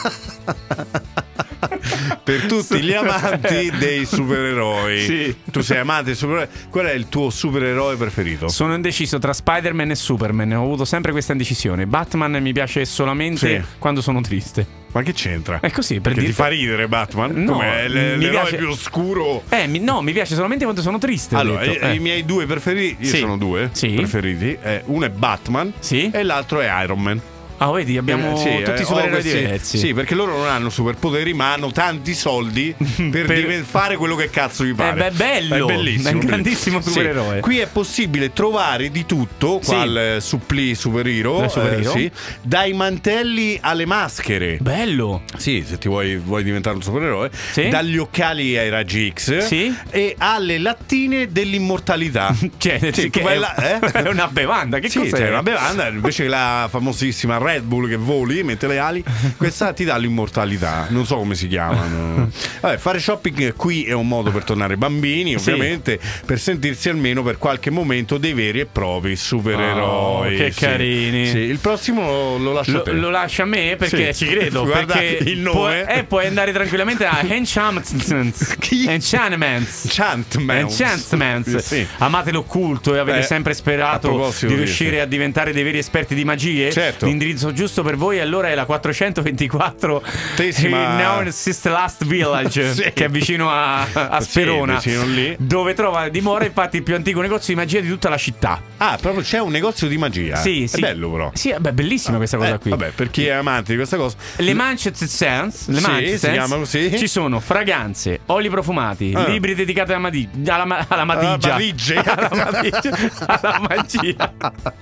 [SPEAKER 1] Per tutti gli amanti dei supereroi.
[SPEAKER 4] Sì.
[SPEAKER 1] Tu sei amante dei supereroi. Qual è il tuo supereroe preferito?
[SPEAKER 4] Sono indeciso tra Spider-Man e Superman. Ho avuto sempre questa indecisione. Batman mi piace solamente
[SPEAKER 1] Sì.
[SPEAKER 4] quando sono triste.
[SPEAKER 1] Ma che c'entra?
[SPEAKER 4] È così, per
[SPEAKER 1] Perché ti
[SPEAKER 4] dirti-
[SPEAKER 1] fa ridere Batman?
[SPEAKER 4] No,
[SPEAKER 1] Come l-
[SPEAKER 4] mi
[SPEAKER 1] l'eroe
[SPEAKER 4] piace-
[SPEAKER 1] più oscuro.
[SPEAKER 4] Eh, mi- no, mi piace solamente quando sono triste. ho
[SPEAKER 1] Allora,
[SPEAKER 4] detto.
[SPEAKER 1] i,
[SPEAKER 4] Eh.
[SPEAKER 1] i miei due preferiti, io
[SPEAKER 4] Sì.
[SPEAKER 1] sono due
[SPEAKER 4] Sì.
[SPEAKER 1] preferiti. Eh, uno è Batman
[SPEAKER 4] Sì.
[SPEAKER 1] e l'altro è Iron Man.
[SPEAKER 4] Ah, vedi, abbiamo
[SPEAKER 1] Eh, sì,
[SPEAKER 4] tutti
[SPEAKER 1] eh,
[SPEAKER 4] i supereroi
[SPEAKER 1] ho questi-
[SPEAKER 4] diversi.
[SPEAKER 1] Sì, perché loro non hanno superpoteri, ma hanno tanti soldi per,
[SPEAKER 4] Per-
[SPEAKER 1] diven- fare quello che cazzo gli pare.
[SPEAKER 4] beh, bello.
[SPEAKER 1] È bellissimo.
[SPEAKER 4] È un grandissimo
[SPEAKER 1] Sì.
[SPEAKER 4] supereroe.
[SPEAKER 1] Qui è possibile trovare di tutto,
[SPEAKER 4] Sì.
[SPEAKER 1] qua al Suppli Superhero,
[SPEAKER 4] Al Superhero.
[SPEAKER 1] sì, dai mantelli alle maschere.
[SPEAKER 4] Bello.
[SPEAKER 1] Sì, se ti vuoi, vuoi diventare un supereroe,
[SPEAKER 4] Sì.
[SPEAKER 1] dagli occhiali ai raggi X
[SPEAKER 4] Sì.
[SPEAKER 1] e alle lattine dell'immortalità.
[SPEAKER 4] Cioè,
[SPEAKER 1] Sì,
[SPEAKER 4] che
[SPEAKER 1] tu vai
[SPEAKER 4] è,
[SPEAKER 1] là, eh?
[SPEAKER 4] è una bevanda. Che
[SPEAKER 1] Sì,
[SPEAKER 4] cos'è?
[SPEAKER 1] c'è una bevanda invece che la famosissima Red Bull che vola voli, mette le ali, questa ti dà l'immortalità. Non so come si chiamano. Vabbè, fare shopping qui è un modo per tornare bambini, ovviamente, sì, per sentirsi almeno per qualche momento dei veri e propri supereroi.
[SPEAKER 4] Oh, che
[SPEAKER 1] sì,
[SPEAKER 4] carini.
[SPEAKER 1] Sì, il prossimo lo, lo lascio
[SPEAKER 4] Lo,
[SPEAKER 1] a te.
[SPEAKER 4] lo lascia a me perché
[SPEAKER 1] Sì.
[SPEAKER 4] ci credo.
[SPEAKER 1] Guarda
[SPEAKER 4] perché
[SPEAKER 1] il nome.
[SPEAKER 4] Puoi, eh, puoi andare tranquillamente a Enchantments.
[SPEAKER 1] Chi?
[SPEAKER 4] Enchantments.
[SPEAKER 1] Enchantments.
[SPEAKER 4] Enchantments.
[SPEAKER 1] Sì.
[SPEAKER 4] Amate l'occulto e avete
[SPEAKER 1] Eh,
[SPEAKER 4] sempre
[SPEAKER 1] a
[SPEAKER 4] sperato
[SPEAKER 1] proposito
[SPEAKER 4] di
[SPEAKER 1] di-
[SPEAKER 4] riuscire
[SPEAKER 1] sì.
[SPEAKER 4] a diventare dei veri esperti di magie.
[SPEAKER 1] Certo.
[SPEAKER 4] L'indirizzo giusto per voi allora è la quattrocentoventiquattro
[SPEAKER 1] Tessima-
[SPEAKER 4] Now Sister Last Village,
[SPEAKER 1] Sì.
[SPEAKER 4] che è vicino a, a
[SPEAKER 1] Sì,
[SPEAKER 4] Sperona,
[SPEAKER 1] vicino lì.
[SPEAKER 4] dove trova dimora infatti il più antico negozio di magia di tutta la città.
[SPEAKER 1] Ah, proprio c'è un negozio di magia.
[SPEAKER 4] Sì,
[SPEAKER 1] È
[SPEAKER 4] sì.
[SPEAKER 1] bello però.
[SPEAKER 4] Sì, beh, bellissima questa cosa
[SPEAKER 1] Eh,
[SPEAKER 4] qui.
[SPEAKER 1] Vabbè, per chi è amante di questa cosa.
[SPEAKER 4] Le Manchester Sense, le
[SPEAKER 1] Sì,
[SPEAKER 4] Manchester
[SPEAKER 1] si
[SPEAKER 4] Sense,
[SPEAKER 1] chiamano così.
[SPEAKER 4] ci sono fragranze, oli profumati,
[SPEAKER 1] Ah.
[SPEAKER 4] libri dedicati alla, madi- alla, ma- alla madigia,
[SPEAKER 1] valigie.
[SPEAKER 4] alla, madigia, alla magia,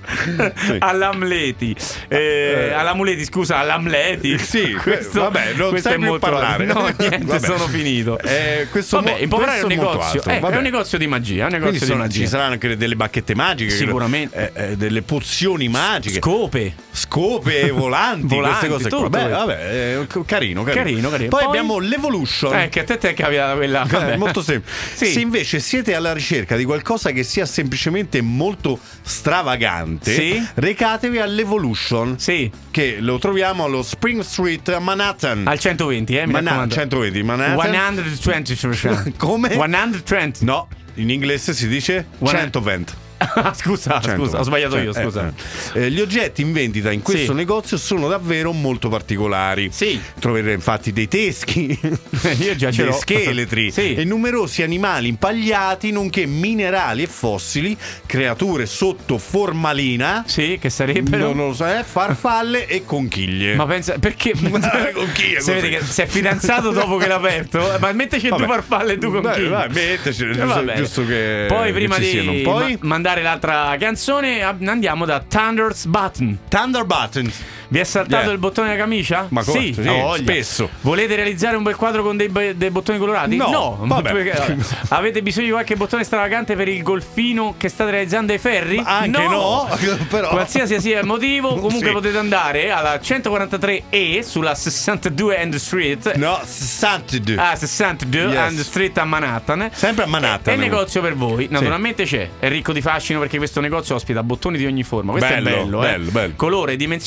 [SPEAKER 4] all'amleti, eh, all'amuleti, scusa, all'amleti.
[SPEAKER 1] Sì, vabbè, non
[SPEAKER 4] questo
[SPEAKER 1] stai
[SPEAKER 4] è
[SPEAKER 1] più a
[SPEAKER 4] molto
[SPEAKER 1] parlare.
[SPEAKER 4] No, niente,
[SPEAKER 1] Vabbè.
[SPEAKER 4] sono finito.
[SPEAKER 1] Eh, questo
[SPEAKER 4] Vabbè,
[SPEAKER 1] mo-
[SPEAKER 4] in popolare è un
[SPEAKER 1] questo molto
[SPEAKER 4] negozio,
[SPEAKER 1] altro,
[SPEAKER 4] eh,
[SPEAKER 1] vabbè.
[SPEAKER 4] è un negozio di magia, è un negozio
[SPEAKER 1] Quindi
[SPEAKER 4] di
[SPEAKER 1] sono-
[SPEAKER 4] magia.
[SPEAKER 1] ci saranno anche delle bacchette magiche,
[SPEAKER 4] Sicuramente.
[SPEAKER 1] eh, eh, delle pozioni magiche,
[SPEAKER 4] Scope.
[SPEAKER 1] scope volanti,
[SPEAKER 4] Volanti,
[SPEAKER 1] queste cose qua.
[SPEAKER 4] tutto
[SPEAKER 1] Beh,
[SPEAKER 4] questo.
[SPEAKER 1] vabbè, eh, carino, carino.
[SPEAKER 4] Carino, carino.
[SPEAKER 1] Poi,
[SPEAKER 4] Poi-
[SPEAKER 1] abbiamo l'Evolution.
[SPEAKER 4] Eh, che a te ti è capitata quella.
[SPEAKER 1] Eh,
[SPEAKER 4] vabbè.
[SPEAKER 1] molto semplice.
[SPEAKER 4] Sì.
[SPEAKER 1] Se invece siete alla ricerca di qualcosa che sia semplicemente molto stravagante,
[SPEAKER 4] Sì.
[SPEAKER 1] recatevi all'Evolution,
[SPEAKER 4] Sì,
[SPEAKER 1] che lo troviamo allo Spring Street a Manhattan.
[SPEAKER 4] al centoventi, eh, mi
[SPEAKER 1] Manhattan,
[SPEAKER 4] raccomando.
[SPEAKER 1] centoventi, Manhattan.
[SPEAKER 4] centoventi.
[SPEAKER 1] Come?
[SPEAKER 4] centoventi.
[SPEAKER 1] No, in inglese si dice
[SPEAKER 4] One-
[SPEAKER 1] centoventi.
[SPEAKER 4] Ah, scusa,
[SPEAKER 1] cento.
[SPEAKER 4] scusa, ho sbagliato io,
[SPEAKER 1] Eh,
[SPEAKER 4] scusa.
[SPEAKER 1] eh, eh, gli oggetti in vendita in questo
[SPEAKER 4] Sì.
[SPEAKER 1] negozio sono davvero molto particolari.
[SPEAKER 4] Sì.
[SPEAKER 1] Troverete infatti dei teschi,
[SPEAKER 4] Io già ce
[SPEAKER 1] dei
[SPEAKER 4] l'ho.
[SPEAKER 1] scheletri
[SPEAKER 4] Sì.
[SPEAKER 1] e numerosi animali impagliati, nonché minerali e fossili, creature sotto formalina,
[SPEAKER 4] Sì, che sarebbero.
[SPEAKER 1] non lo so, eh, farfalle e conchiglie.
[SPEAKER 4] Ma pensa, perché
[SPEAKER 1] Conchiglie,
[SPEAKER 4] se
[SPEAKER 1] così.
[SPEAKER 4] vedi che si è fidanzato dopo che l'ha aperto, ma metteci
[SPEAKER 1] Vabbè.
[SPEAKER 4] due farfalle e due
[SPEAKER 1] Dai,
[SPEAKER 4] conchiglie.
[SPEAKER 1] vai, metteci,
[SPEAKER 4] Eh,
[SPEAKER 1] giusto,
[SPEAKER 4] vabbè.
[SPEAKER 1] giusto che
[SPEAKER 4] Poi prima
[SPEAKER 1] che ci
[SPEAKER 4] di
[SPEAKER 1] siano. Poi
[SPEAKER 4] ma- mandare l'altra canzone ab- andiamo da Thunder's Button.
[SPEAKER 1] Thunder Buttons.
[SPEAKER 4] Vi è saltato
[SPEAKER 1] Yeah.
[SPEAKER 4] il bottone della camicia?
[SPEAKER 1] Ma come?
[SPEAKER 4] sì,
[SPEAKER 1] Sì,
[SPEAKER 4] ha voglia.
[SPEAKER 1] spesso.
[SPEAKER 4] Volete realizzare un bel quadro con dei, be- dei bottoni colorati?
[SPEAKER 1] No, vabbè.
[SPEAKER 4] Perché, vabbè. Avete bisogno di qualche bottone stravagante per il golfino che state realizzando ai ferri?
[SPEAKER 1] Anche no, però.
[SPEAKER 4] Qualsiasi sia il motivo, comunque
[SPEAKER 1] Sì.
[SPEAKER 4] potete andare alla centoquarantatré E sulla sessantadue End Street.
[SPEAKER 1] No, sessantadue.
[SPEAKER 4] Ah, sessantadue
[SPEAKER 1] Yes.
[SPEAKER 4] End Street a Manhattan.
[SPEAKER 1] Sempre a Manhattan.
[SPEAKER 4] È il negozio per voi. Naturalmente c'è. È ricco di fascino perché questo negozio ospita bottoni di ogni forma. Questo
[SPEAKER 1] Bello,
[SPEAKER 4] è bello,
[SPEAKER 1] bello,
[SPEAKER 4] eh.
[SPEAKER 1] bello.
[SPEAKER 4] Colore, dimensione, stile.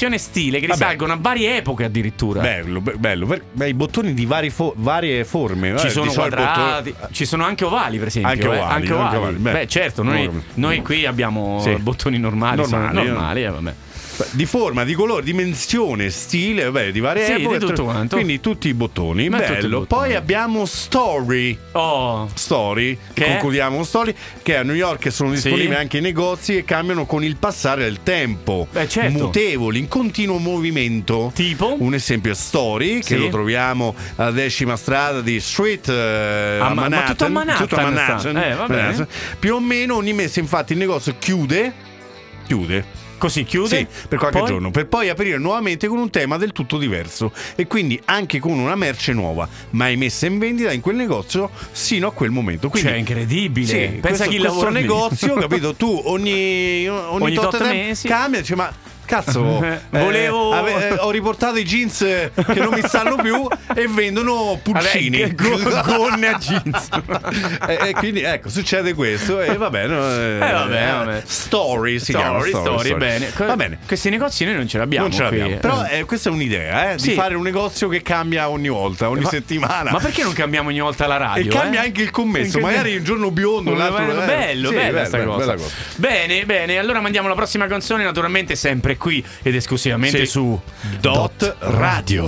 [SPEAKER 4] stile che
[SPEAKER 1] Vabbè.
[SPEAKER 4] risalgono a varie epoche addirittura.
[SPEAKER 1] Bello, be- bello. Per- beh, i bottoni di vari fo- varie forme.
[SPEAKER 4] Ci
[SPEAKER 1] eh,
[SPEAKER 4] sono
[SPEAKER 1] di solito
[SPEAKER 4] quadrati,
[SPEAKER 1] bottoni-
[SPEAKER 4] ci sono anche ovali, per esempio.
[SPEAKER 1] Anche
[SPEAKER 4] eh,
[SPEAKER 1] ovali,
[SPEAKER 4] anche ovali.
[SPEAKER 1] anche ovali. Beh,
[SPEAKER 4] Beh, certo, noi,
[SPEAKER 1] norm-
[SPEAKER 4] noi qui abbiamo
[SPEAKER 1] Sì.
[SPEAKER 4] bottoni normali, sono
[SPEAKER 1] Normali,
[SPEAKER 4] normali, eh, vabbè.
[SPEAKER 1] di forma, di colore, dimensione, stile, vabbè, di varie
[SPEAKER 4] Sì,
[SPEAKER 1] epoche.
[SPEAKER 4] di tutto quanto.
[SPEAKER 1] Quindi tutti i bottoni.
[SPEAKER 4] Ma tutti i
[SPEAKER 1] Bello.
[SPEAKER 4] bottoni.
[SPEAKER 1] Poi abbiamo Story.
[SPEAKER 4] Oh,
[SPEAKER 1] Story,
[SPEAKER 4] Che?
[SPEAKER 1] concludiamo con Story, che a New York sono disponibili
[SPEAKER 4] Sì.
[SPEAKER 1] anche i negozi e cambiano con il passare del tempo.
[SPEAKER 4] Beh, certo.
[SPEAKER 1] Mutevoli, in continuo movimento.
[SPEAKER 4] Tipo?
[SPEAKER 1] Un esempio è Story, che
[SPEAKER 4] Sì.
[SPEAKER 1] lo troviamo alla decima strada di Street eh,
[SPEAKER 4] Ah,
[SPEAKER 1] a
[SPEAKER 4] ma- ma
[SPEAKER 1] Manhattan.
[SPEAKER 4] tutto a Manhattan
[SPEAKER 1] Tutto a Manhattan.
[SPEAKER 4] sta. Eh, va bene.
[SPEAKER 1] Manhattan. Più o meno ogni mese, infatti, il negozio chiude. Chiude.
[SPEAKER 4] così chiude?
[SPEAKER 1] Sì, per qualche
[SPEAKER 4] Poi?
[SPEAKER 1] giorno, per poi aprire nuovamente con un tema del tutto diverso e quindi anche con una merce nuova, mai messa in vendita in quel negozio sino a quel momento. Quindi,
[SPEAKER 4] Cioè, incredibile.
[SPEAKER 1] Sì,
[SPEAKER 4] Pensa
[SPEAKER 1] questo,
[SPEAKER 4] chi
[SPEAKER 1] questo
[SPEAKER 4] lavora lì.
[SPEAKER 1] negozio, capito? Tu ogni, ogni,
[SPEAKER 4] Ogni
[SPEAKER 1] tot
[SPEAKER 4] tot
[SPEAKER 1] tempo
[SPEAKER 4] mesi.
[SPEAKER 1] cambia, dice, ma cazzo, eh,
[SPEAKER 4] Volevo-
[SPEAKER 1] ave- eh, ho riportato i jeans che non mi stanno più e vendono pulcini.
[SPEAKER 4] Vabbè, go- gonne a jeans.
[SPEAKER 1] e, e quindi ecco, succede questo e va bene. Eh,
[SPEAKER 4] vabbè, vabbè.
[SPEAKER 1] Story si chiama.
[SPEAKER 4] Story, story, bene.
[SPEAKER 1] Va bene.
[SPEAKER 4] Questi negozi noi non ce l'abbiamo.
[SPEAKER 1] Non ce l'abbiamo.
[SPEAKER 4] qui.
[SPEAKER 1] Però
[SPEAKER 4] Eh.
[SPEAKER 1] eh, questa è un'idea, eh,
[SPEAKER 4] Sì.
[SPEAKER 1] di fare un negozio che cambia ogni volta, ogni
[SPEAKER 4] Ma-
[SPEAKER 1] settimana.
[SPEAKER 4] Ma perché non cambiamo ogni volta la radio?
[SPEAKER 1] E cambia
[SPEAKER 4] eh?
[SPEAKER 1] anche il commesso,
[SPEAKER 4] Anche-
[SPEAKER 1] magari un giorno biondo, l'altro
[SPEAKER 4] bello,
[SPEAKER 1] eh.
[SPEAKER 4] bello,
[SPEAKER 1] Sì,
[SPEAKER 4] bella
[SPEAKER 1] bello,
[SPEAKER 4] sta
[SPEAKER 1] bello,
[SPEAKER 4] cosa.
[SPEAKER 1] bella cosa.
[SPEAKER 4] Bene, bene, allora mandiamo la prossima canzone, naturalmente sempre qui ed esclusivamente
[SPEAKER 1] Sì.
[SPEAKER 4] su
[SPEAKER 1] Dot Radio.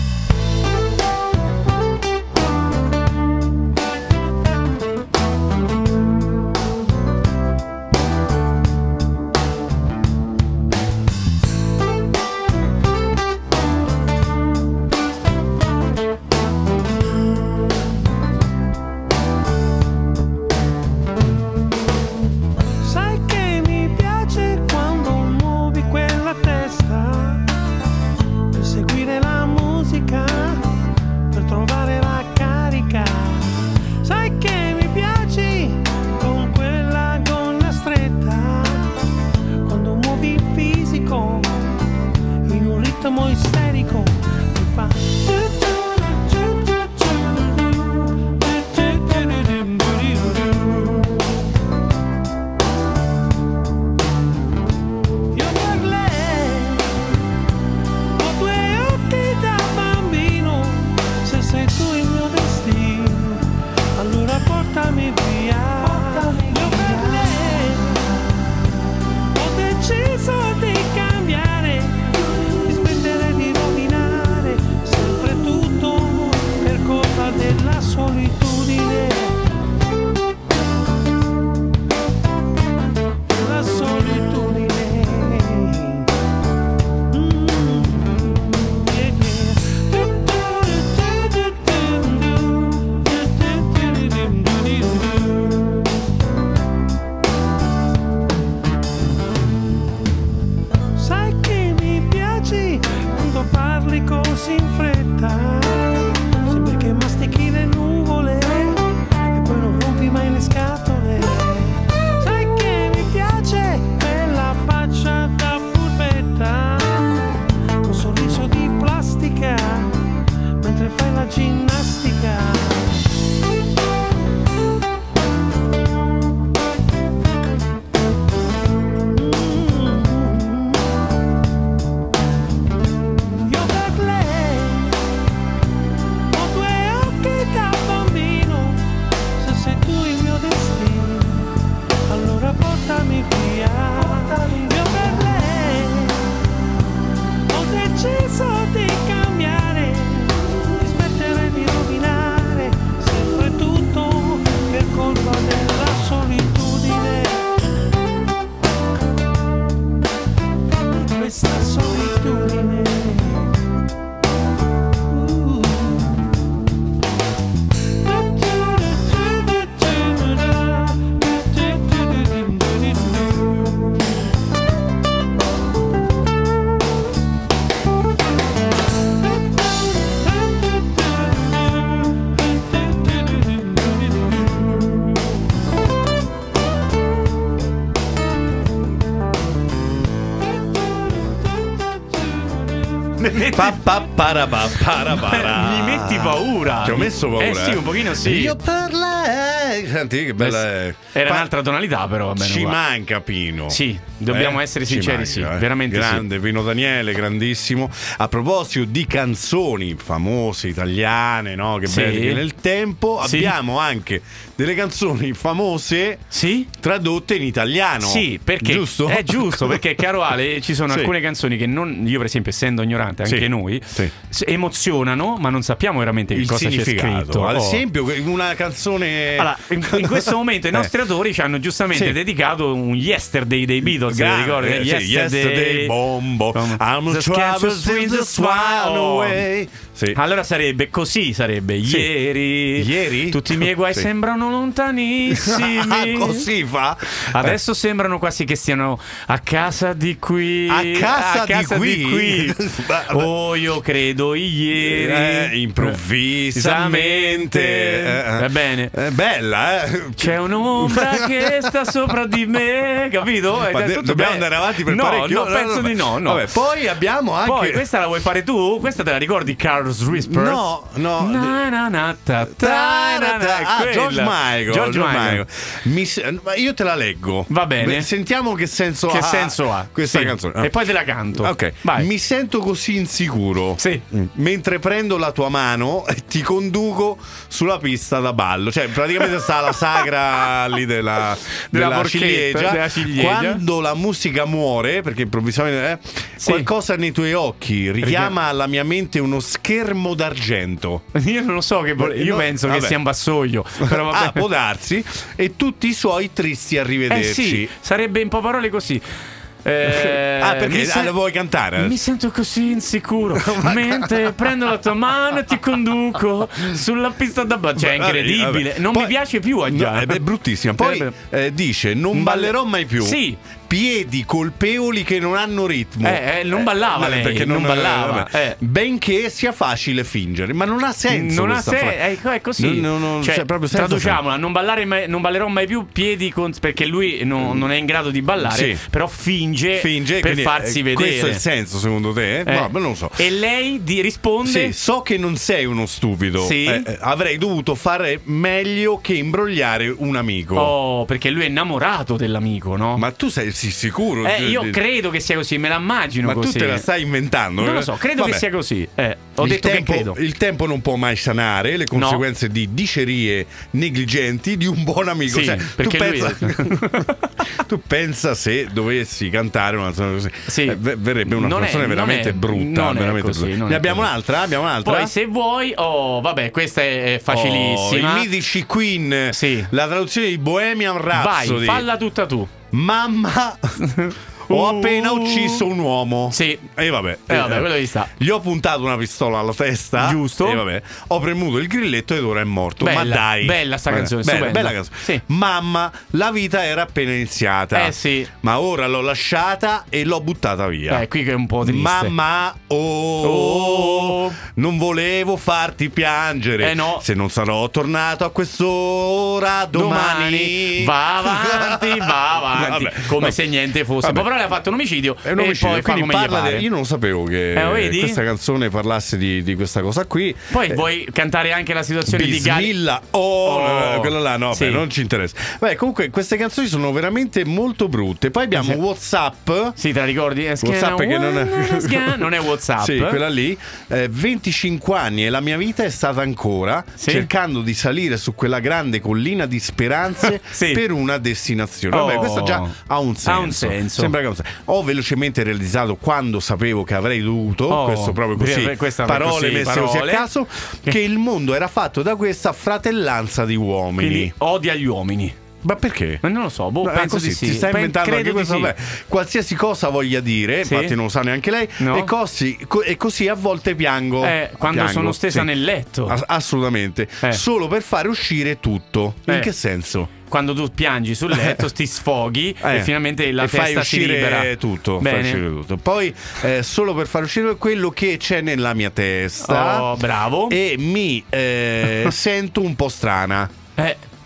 [SPEAKER 5] Sai che mi piace quando muovi quella testa per seguire la musica, per trovare la carica. Sai che mi piaci con quella gonna stretta, quando muovi il fisico in un ritmo isterico. Mi fa io per lei ho due occhi da bambino, se sei tu il mio destino, allora portami via. Io per lei ho deciso di cambiare, di smettere di rovinare sempre tutto per colpa della solitudine. La solitudine. Mm, yeah, yeah. Sai che mi piaci quando parli così in fretta, sembra che mastichi le nuvole e poi non rompi mai le scatole. Sai che mi piace quella faccia da furbetta, un sorriso di plastica mentre fai la ginnastica. Io per lei ho due occhi da bambino, se sei tu il mio destino, allora portami via. Io per lei ho deciso di cambiare, di smettere di rovinare sempre tutto per colpa della solitudine. Questa solitudine.
[SPEAKER 1] Pa, pa, para, pa, para, para.
[SPEAKER 4] Mi metti paura.
[SPEAKER 1] Ti ho messo paura.
[SPEAKER 4] Eh sì, un pochino sì.
[SPEAKER 1] Io per lei. senti che bella è.
[SPEAKER 4] Era
[SPEAKER 1] Fa-
[SPEAKER 4] un'altra tonalità, però va bene.
[SPEAKER 1] Ci
[SPEAKER 4] uguale.
[SPEAKER 1] manca Pino.
[SPEAKER 4] Sì, dobbiamo
[SPEAKER 1] Eh?
[SPEAKER 4] essere
[SPEAKER 1] Ci
[SPEAKER 4] sinceri,
[SPEAKER 1] manca,
[SPEAKER 4] sì,
[SPEAKER 1] eh.
[SPEAKER 4] veramente
[SPEAKER 1] grande Pino Daniele, grandissimo. A proposito di canzoni famose italiane, no? Che
[SPEAKER 4] Sì.
[SPEAKER 1] belle che nel tempo
[SPEAKER 4] Sì.
[SPEAKER 1] abbiamo anche delle canzoni famose
[SPEAKER 4] sì.
[SPEAKER 1] tradotte in italiano.
[SPEAKER 4] Sì, perché
[SPEAKER 1] giusto?
[SPEAKER 4] è giusto, perché caro Ale, ci sono
[SPEAKER 1] Sì.
[SPEAKER 4] alcune canzoni che non, io per esempio essendo ignorante anche
[SPEAKER 1] Sì.
[SPEAKER 4] noi,
[SPEAKER 1] Sì.
[SPEAKER 4] s- emozionano, ma non sappiamo veramente che
[SPEAKER 1] Il
[SPEAKER 4] cosa c'è
[SPEAKER 1] significato.
[SPEAKER 4] scritto.
[SPEAKER 1] Ad
[SPEAKER 4] Oh.
[SPEAKER 1] esempio, una canzone.
[SPEAKER 4] Allora, in, in questo momento i nostri
[SPEAKER 1] Eh.
[SPEAKER 4] autori ci hanno giustamente
[SPEAKER 1] Sì.
[SPEAKER 4] dedicato un Yesterday dei Beatles,
[SPEAKER 1] Grande,
[SPEAKER 4] ti ricordi?
[SPEAKER 1] eh, sì, yesterday, bombo. I'm
[SPEAKER 4] The
[SPEAKER 1] trouble
[SPEAKER 4] sketch
[SPEAKER 1] since the swan away. Sì.
[SPEAKER 4] Allora sarebbe così, sarebbe
[SPEAKER 1] Sì.
[SPEAKER 4] ieri.
[SPEAKER 1] Ieri?
[SPEAKER 4] Tutti i miei guai
[SPEAKER 1] Sì.
[SPEAKER 4] sembrano lontanissimi.
[SPEAKER 1] Ah, così fa.
[SPEAKER 4] Adesso sembrano quasi che stiano a casa di qui.
[SPEAKER 1] A casa,
[SPEAKER 4] A casa
[SPEAKER 1] di
[SPEAKER 4] di
[SPEAKER 1] qui.
[SPEAKER 4] qui.
[SPEAKER 1] Ma-
[SPEAKER 4] Oh, io credo ieri.
[SPEAKER 1] Eh, improvvisamente.
[SPEAKER 4] Eh, Va bene.
[SPEAKER 1] È bella, eh.
[SPEAKER 4] C'è un'ombra che sta sopra di me, capito?
[SPEAKER 1] Ma
[SPEAKER 4] È
[SPEAKER 1] de-
[SPEAKER 4] tutto
[SPEAKER 1] dobbiamo
[SPEAKER 4] bene.
[SPEAKER 1] andare avanti per
[SPEAKER 4] no,
[SPEAKER 1] parecchio?
[SPEAKER 4] No, penso di no, no.
[SPEAKER 1] Vabbè, poi abbiamo anche.
[SPEAKER 4] Poi questa la vuoi fare tu? Questa te la ricordi, Carlos Whispers?
[SPEAKER 1] No, no.
[SPEAKER 4] Na, na, na, ta, ta, na, na, è
[SPEAKER 1] Ah,
[SPEAKER 4] quella.
[SPEAKER 1] George Michael.
[SPEAKER 4] George Michael.
[SPEAKER 1] Mi se- ma io te la leggo.
[SPEAKER 4] Va bene.
[SPEAKER 1] Beh, sentiamo che senso
[SPEAKER 4] Che
[SPEAKER 1] ha
[SPEAKER 4] senso ha
[SPEAKER 1] questa
[SPEAKER 4] Sì.
[SPEAKER 1] canzone.
[SPEAKER 4] E poi te la canto.
[SPEAKER 1] Ok,
[SPEAKER 4] Vai.
[SPEAKER 1] mi sento così insicuro.
[SPEAKER 4] Sì.
[SPEAKER 1] Mentre prendo la tua mano e ti conduco sulla pista da ballo. Cioè, praticamente sta la sagra lì della,
[SPEAKER 4] Della
[SPEAKER 1] della,
[SPEAKER 4] porchetta,
[SPEAKER 1] ciliegia.
[SPEAKER 4] della ciliegia.
[SPEAKER 1] Quando la musica muore, perché improvvisamente eh,
[SPEAKER 4] Sì.
[SPEAKER 1] qualcosa nei tuoi occhi richiama alla mia mente uno schermo d'argento.
[SPEAKER 4] Io non lo so che vole- Io
[SPEAKER 1] No,
[SPEAKER 4] penso
[SPEAKER 1] vabbè.
[SPEAKER 4] che sia un vassoio. Però vabbè.
[SPEAKER 1] Ah, può darsi. E tutti i suoi tristi
[SPEAKER 4] Eh
[SPEAKER 1] arrivederci.
[SPEAKER 4] sì, sarebbe in poche parole così. Eh,
[SPEAKER 1] Ah, perché?
[SPEAKER 4] mi
[SPEAKER 1] Ah, la vuoi cantare?
[SPEAKER 4] Mi sento così insicuro mentre prendo la tua mano e ti conduco sulla pista da ballo. Cioè, è
[SPEAKER 1] Vabbè,
[SPEAKER 4] incredibile.
[SPEAKER 1] vabbè.
[SPEAKER 4] Non
[SPEAKER 1] Poi-
[SPEAKER 4] mi piace più a già.
[SPEAKER 1] No, è bruttissima. Poi
[SPEAKER 4] Eh,
[SPEAKER 1] eh, dice: non
[SPEAKER 4] balle-
[SPEAKER 1] ballerò mai più.
[SPEAKER 4] Sì.
[SPEAKER 1] Piedi colpevoli che non hanno ritmo.
[SPEAKER 4] Eh, eh, non ballava lei,
[SPEAKER 1] perché
[SPEAKER 4] non ballava,
[SPEAKER 1] vabbè.
[SPEAKER 4] eh.
[SPEAKER 1] Benché sia facile fingere, ma non ha senso.
[SPEAKER 4] Non ha
[SPEAKER 1] questa
[SPEAKER 4] senso,
[SPEAKER 1] frase.
[SPEAKER 4] ecco, è così.
[SPEAKER 1] Non- non- non-
[SPEAKER 4] Cioè,
[SPEAKER 1] cioè, proprio senza
[SPEAKER 4] traduciamola, non, ballare mai- non ballerò mai più piedi con, perché lui non, non è in grado di ballare,
[SPEAKER 1] Sì.
[SPEAKER 4] però finge,
[SPEAKER 1] Finge
[SPEAKER 4] per
[SPEAKER 1] quindi,
[SPEAKER 4] farsi
[SPEAKER 1] eh,
[SPEAKER 4] vedere.
[SPEAKER 1] Questo è il senso, secondo te?
[SPEAKER 4] Eh.
[SPEAKER 1] No, ma non lo so.
[SPEAKER 4] E lei di- risponde:
[SPEAKER 1] Sì, so che non sei uno stupido.
[SPEAKER 4] Sì.
[SPEAKER 1] Eh, eh, avrei dovuto fare meglio che imbrogliare un amico.
[SPEAKER 4] Oh, perché lui è innamorato dell'amico, no?
[SPEAKER 1] Ma tu sei sì, sicuro?
[SPEAKER 4] Eh, io
[SPEAKER 1] Di-
[SPEAKER 4] credo che sia così, me la immagino
[SPEAKER 1] Ma
[SPEAKER 4] così.
[SPEAKER 1] tu te la stai inventando?
[SPEAKER 4] Non lo
[SPEAKER 1] eh?
[SPEAKER 4] so, credo
[SPEAKER 1] Vabbè.
[SPEAKER 4] che sia così. Eh, ho
[SPEAKER 1] il
[SPEAKER 4] detto
[SPEAKER 1] tempo,
[SPEAKER 4] che credo.
[SPEAKER 1] il tempo non può mai sanare le conseguenze di dicerie negligenti di un buon amico.
[SPEAKER 4] Sì,
[SPEAKER 1] Cioè,
[SPEAKER 4] perché
[SPEAKER 1] tu,
[SPEAKER 4] lui
[SPEAKER 1] pensa, tu pensa se dovessi cantare una canzone così,
[SPEAKER 4] Sì.
[SPEAKER 1] eh, ver- verrebbe una
[SPEAKER 4] Non è-
[SPEAKER 1] canzone
[SPEAKER 4] non
[SPEAKER 1] veramente
[SPEAKER 4] è-
[SPEAKER 1] brutta.
[SPEAKER 4] non è
[SPEAKER 1] veramente
[SPEAKER 4] così,
[SPEAKER 1] brutta.
[SPEAKER 4] non
[SPEAKER 1] Ne
[SPEAKER 4] è
[SPEAKER 1] abbiamo
[SPEAKER 4] così.
[SPEAKER 1] un'altra? Abbiamo un'altra?
[SPEAKER 4] Poi se vuoi, oh, vabbè, questa è
[SPEAKER 1] Oh,
[SPEAKER 4] facilissima.
[SPEAKER 1] i mitici Queen,
[SPEAKER 4] Sì.
[SPEAKER 1] la traduzione di Bohemian
[SPEAKER 4] Vai,
[SPEAKER 1] Rhapsody.
[SPEAKER 4] falla tutta tu.
[SPEAKER 1] Mamma, ho appena ucciso un uomo.
[SPEAKER 4] Sì.
[SPEAKER 1] E vabbè,
[SPEAKER 4] Eh, vabbè, quello ci sta.
[SPEAKER 1] Gli ho puntato una pistola alla testa.
[SPEAKER 4] Giusto.
[SPEAKER 1] E vabbè, ho premuto il grilletto ed ora è morto.
[SPEAKER 4] Bella,
[SPEAKER 1] Ma dai,
[SPEAKER 4] bella sta canzone,
[SPEAKER 1] bella,
[SPEAKER 4] stupenda.
[SPEAKER 1] bella canzone.
[SPEAKER 4] Sì.
[SPEAKER 1] Mamma, la vita era appena iniziata.
[SPEAKER 4] Eh, sì.
[SPEAKER 1] Ma ora l'ho lasciata e l'ho buttata via.
[SPEAKER 4] Eh, qui che è un po' triste.
[SPEAKER 1] Mamma, oh,
[SPEAKER 4] Oh.
[SPEAKER 1] non volevo farti piangere.
[SPEAKER 4] Eh, no.
[SPEAKER 1] Se non sarò tornato a quest'ora domani.
[SPEAKER 4] Domani va avanti, va avanti.
[SPEAKER 1] Vabbè,
[SPEAKER 4] come
[SPEAKER 1] vabbè.
[SPEAKER 4] se niente fosse.
[SPEAKER 1] Vabbè.
[SPEAKER 4] Poi però le ha fatto un omicidio.
[SPEAKER 1] È un omicidio,
[SPEAKER 4] e poi fa
[SPEAKER 1] quindi
[SPEAKER 4] come gli
[SPEAKER 1] parla
[SPEAKER 4] pare.
[SPEAKER 1] de- io non sapevo che
[SPEAKER 4] Eh, lo vedi?
[SPEAKER 1] questa canzone parlasse di, di questa cosa qui.
[SPEAKER 4] Poi
[SPEAKER 1] Eh,
[SPEAKER 4] vuoi cantare anche la situazione di Gali?
[SPEAKER 1] Bismillah, oh,
[SPEAKER 4] Oh.
[SPEAKER 1] no, quello là no,
[SPEAKER 4] Sì.
[SPEAKER 1] beh, non ci interessa. Beh, comunque queste canzoni sono veramente molto brutte. Poi abbiamo
[SPEAKER 4] Sì.
[SPEAKER 1] WhatsApp.
[SPEAKER 4] Sì, te la ricordi? Eh,
[SPEAKER 1] WhatsApp che non è
[SPEAKER 4] non è WhatsApp.
[SPEAKER 1] Sì, quella lì. Eh, venticinque anni e la mia vita è stata ancora
[SPEAKER 4] Sì.
[SPEAKER 1] cercando di salire su quella grande collina di speranze
[SPEAKER 4] Sì.
[SPEAKER 1] per una destinazione. Vabbè,
[SPEAKER 4] Oh.
[SPEAKER 1] questo già ha un senso.
[SPEAKER 4] Ha un senso.
[SPEAKER 1] Sembra che ha un senso. Ho velocemente realizzato quando sapevo che avrei dovuto,
[SPEAKER 4] Oh.
[SPEAKER 1] questo proprio così,
[SPEAKER 4] Beh, questa
[SPEAKER 1] parole
[SPEAKER 4] così,
[SPEAKER 1] messe così a
[SPEAKER 4] parole.
[SPEAKER 1] caso, che il mondo era fatto da questa fratellanza di uomini.
[SPEAKER 4] Quindi odia gli uomini.
[SPEAKER 1] Ma perché?
[SPEAKER 4] Ma non lo so, boh,
[SPEAKER 1] Ah,
[SPEAKER 4] penso
[SPEAKER 1] così,
[SPEAKER 4] di sì.
[SPEAKER 1] ti stai
[SPEAKER 4] Pen-
[SPEAKER 1] inventando
[SPEAKER 4] credo
[SPEAKER 1] anche questo,
[SPEAKER 4] di sì.
[SPEAKER 1] vabbè. Qualsiasi cosa voglia dire,
[SPEAKER 4] Sì.
[SPEAKER 1] infatti non lo sa neanche lei,
[SPEAKER 4] No.
[SPEAKER 1] e, così, co- e così a volte piango.
[SPEAKER 4] Eh, quando
[SPEAKER 1] Piango,
[SPEAKER 4] sono stesa
[SPEAKER 1] sì.
[SPEAKER 4] nel letto.
[SPEAKER 1] Ass- assolutamente.
[SPEAKER 4] Eh.
[SPEAKER 1] Solo per fare uscire tutto. In
[SPEAKER 4] Eh.
[SPEAKER 1] che senso?
[SPEAKER 4] Quando tu piangi sul letto, ti sfoghi
[SPEAKER 1] Eh.
[SPEAKER 4] e finalmente la
[SPEAKER 1] e fai
[SPEAKER 4] testa si
[SPEAKER 1] uscire
[SPEAKER 4] libera.
[SPEAKER 1] tutto, fai
[SPEAKER 4] Bene.
[SPEAKER 1] uscire tutto. Poi eh, solo per far uscire quello che c'è nella mia testa.
[SPEAKER 4] Oh, bravo.
[SPEAKER 1] E mi eh, sento un po' strana.
[SPEAKER 4] Eh,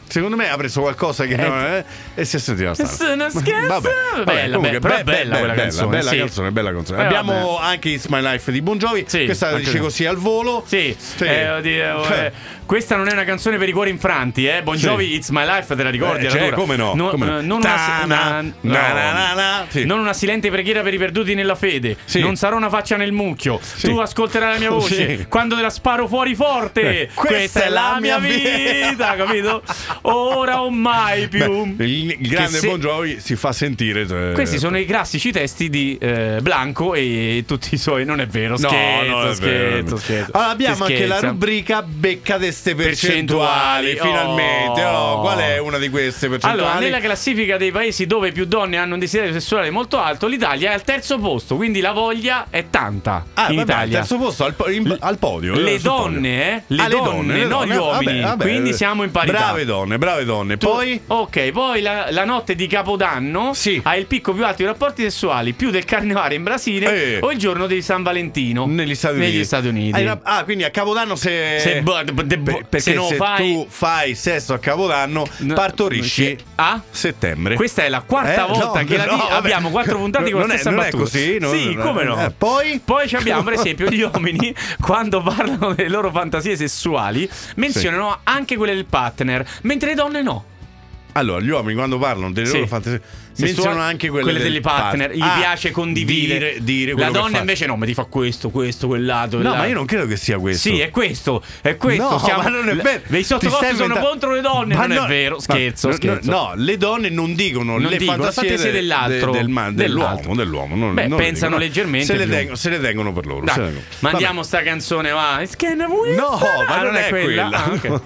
[SPEAKER 1] Secondo me ha preso qualcosa che non è e si è sentito la
[SPEAKER 4] Sono scherzo.
[SPEAKER 1] Vabbè,
[SPEAKER 4] Bella,
[SPEAKER 1] comunque,
[SPEAKER 4] be- però
[SPEAKER 1] be-
[SPEAKER 4] bella
[SPEAKER 1] be-
[SPEAKER 4] quella
[SPEAKER 1] bella,
[SPEAKER 4] canzone,
[SPEAKER 1] bella
[SPEAKER 4] sì.
[SPEAKER 1] canzone, bella canzone.
[SPEAKER 4] Eh,
[SPEAKER 1] Abbiamo
[SPEAKER 4] vabbè.
[SPEAKER 1] anche It's My Life di Bon Jovi.
[SPEAKER 4] Sì,
[SPEAKER 1] questa la
[SPEAKER 4] anche
[SPEAKER 1] dice
[SPEAKER 4] no.
[SPEAKER 1] così al volo.
[SPEAKER 4] Sì,
[SPEAKER 1] Sì.
[SPEAKER 4] Eh, oddio,
[SPEAKER 1] Cioè,
[SPEAKER 4] eh, questa non è una canzone per i cuori infranti, eh? Bon
[SPEAKER 1] Sì.
[SPEAKER 4] Jovi, It's My Life, te la ricordi?
[SPEAKER 1] Eh,
[SPEAKER 4] era
[SPEAKER 1] cioè,
[SPEAKER 4] dura.
[SPEAKER 1] come no?
[SPEAKER 4] Non,
[SPEAKER 1] Come no?
[SPEAKER 4] eh, non una,
[SPEAKER 1] Ta-na,
[SPEAKER 4] una-
[SPEAKER 1] na,
[SPEAKER 4] no.
[SPEAKER 1] na, na, na. Sì.
[SPEAKER 4] Non una silente preghiera per i perduti nella fede.
[SPEAKER 1] Sì.
[SPEAKER 4] Non sarò una faccia nel mucchio.
[SPEAKER 1] Sì.
[SPEAKER 4] Tu ascolterai la mia voce
[SPEAKER 1] Sì.
[SPEAKER 4] quando te la sparo fuori forte.
[SPEAKER 1] Eh,
[SPEAKER 4] questa, è la mia vita, capito? Ora o mai più.
[SPEAKER 1] Beh, il, il grande
[SPEAKER 4] Che se-
[SPEAKER 1] Bon Jovi si fa sentire. cioè-
[SPEAKER 4] Questi sono i classici testi di eh, Blanco e tutti i suoi. Non è vero,
[SPEAKER 1] No,
[SPEAKER 4] scherzo,
[SPEAKER 1] no, è
[SPEAKER 4] scherzo,
[SPEAKER 1] vero.
[SPEAKER 4] scherzo.
[SPEAKER 1] Allora abbiamo
[SPEAKER 4] Si
[SPEAKER 1] anche la
[SPEAKER 4] scherza.
[SPEAKER 1] rubrica Becca deste percentuali.
[SPEAKER 4] Percentuali,
[SPEAKER 1] Finalmente.
[SPEAKER 4] oh.
[SPEAKER 1] Oh, qual è una di queste percentuali?
[SPEAKER 4] Allora, nella classifica dei paesi dove più donne hanno un desiderio sessuale molto alto, l'Italia è al terzo posto, quindi la voglia è tanta
[SPEAKER 1] Ah,
[SPEAKER 4] in
[SPEAKER 1] vabbè,
[SPEAKER 4] Italia.
[SPEAKER 1] al terzo posto al, po- in- al podio.
[SPEAKER 4] Le
[SPEAKER 1] eh, sul podio.
[SPEAKER 4] donne, eh? Le
[SPEAKER 1] Ah,
[SPEAKER 4] donne,
[SPEAKER 1] le
[SPEAKER 4] non
[SPEAKER 1] donne.
[SPEAKER 4] gli uomini.
[SPEAKER 1] Vabbè, vabbè.
[SPEAKER 4] Quindi siamo in parità.
[SPEAKER 1] Brave donne, brave donne. Poi
[SPEAKER 4] Ok, poi la, la notte di Capodanno
[SPEAKER 1] Sì.
[SPEAKER 4] ha il picco più alto di rapporti sessuali, più del carnevale in Brasile
[SPEAKER 1] Eh.
[SPEAKER 4] o il giorno di San Valentino
[SPEAKER 1] negli Stati Uniti.
[SPEAKER 4] Negli Stati Uniti.
[SPEAKER 1] Ah, ah, quindi a Capodanno se
[SPEAKER 4] Se bo- de- de-
[SPEAKER 1] Per- perché
[SPEAKER 4] se non
[SPEAKER 1] se
[SPEAKER 4] fai-
[SPEAKER 1] tu fai sesso a Capodanno
[SPEAKER 4] No,
[SPEAKER 1] partorisci
[SPEAKER 4] a
[SPEAKER 1] settembre.
[SPEAKER 4] Questa è la quarta
[SPEAKER 1] Eh,
[SPEAKER 4] volta
[SPEAKER 1] no,
[SPEAKER 4] che la
[SPEAKER 1] no,
[SPEAKER 4] di-
[SPEAKER 1] vabbè.
[SPEAKER 4] abbiamo quattro puntate con
[SPEAKER 1] Non
[SPEAKER 4] la
[SPEAKER 1] è-
[SPEAKER 4] stessa
[SPEAKER 1] non è
[SPEAKER 4] battuta.
[SPEAKER 1] così, non-
[SPEAKER 4] sì, come no?
[SPEAKER 1] eh, poi?
[SPEAKER 4] Poi ci abbiamo per esempio gli uomini quando parlano delle loro fantasie sessuali menzionano anche quelle del partner, mentre le donne no.
[SPEAKER 1] Allora, gli uomini quando parlano delle
[SPEAKER 4] Sì.
[SPEAKER 1] loro fantasie
[SPEAKER 4] Sessuali-
[SPEAKER 1] menzionano anche quelle,
[SPEAKER 4] quelle
[SPEAKER 1] del
[SPEAKER 4] delle partner, gli
[SPEAKER 1] Ah,
[SPEAKER 4] piace condividere.
[SPEAKER 1] dire, dire
[SPEAKER 4] la
[SPEAKER 1] quello che
[SPEAKER 4] donna
[SPEAKER 1] fa.
[SPEAKER 4] invece no, ma ti fa questo, questo, quell'altro.
[SPEAKER 1] No,
[SPEAKER 4] quell'altro.
[SPEAKER 1] ma io non credo che sia questo.
[SPEAKER 4] Sì, è questo, è questo.
[SPEAKER 1] No,
[SPEAKER 4] Siamo-
[SPEAKER 1] ma non è vero.
[SPEAKER 4] Le- I
[SPEAKER 1] Ti
[SPEAKER 4] sottocosti
[SPEAKER 1] stai
[SPEAKER 4] sono
[SPEAKER 1] inventa-
[SPEAKER 4] contro le donne,
[SPEAKER 1] Ma
[SPEAKER 4] non
[SPEAKER 1] no-
[SPEAKER 4] è vero.
[SPEAKER 1] ma-
[SPEAKER 4] Scherzo,
[SPEAKER 1] no,
[SPEAKER 4] scherzo.
[SPEAKER 1] No, le donne non dicono
[SPEAKER 4] Non
[SPEAKER 1] le
[SPEAKER 4] dicono,
[SPEAKER 1] fantasie,
[SPEAKER 4] fantasie
[SPEAKER 1] de-
[SPEAKER 4] dell'altro,
[SPEAKER 1] de- del ma-
[SPEAKER 4] dell'altro.
[SPEAKER 1] dell'uomo, dell'uomo. Non,
[SPEAKER 4] Beh,
[SPEAKER 1] non le
[SPEAKER 4] pensano
[SPEAKER 1] dicono.
[SPEAKER 4] leggermente
[SPEAKER 1] Se le,
[SPEAKER 4] più.
[SPEAKER 1] tengono, se le tengono per loro.
[SPEAKER 4] Dai,
[SPEAKER 1] se le tengono.
[SPEAKER 4] mandiamo sta canzone, va. It's kind of weird.
[SPEAKER 1] No, ma
[SPEAKER 4] Ah,
[SPEAKER 1] non è quella.
[SPEAKER 4] Ah, ok.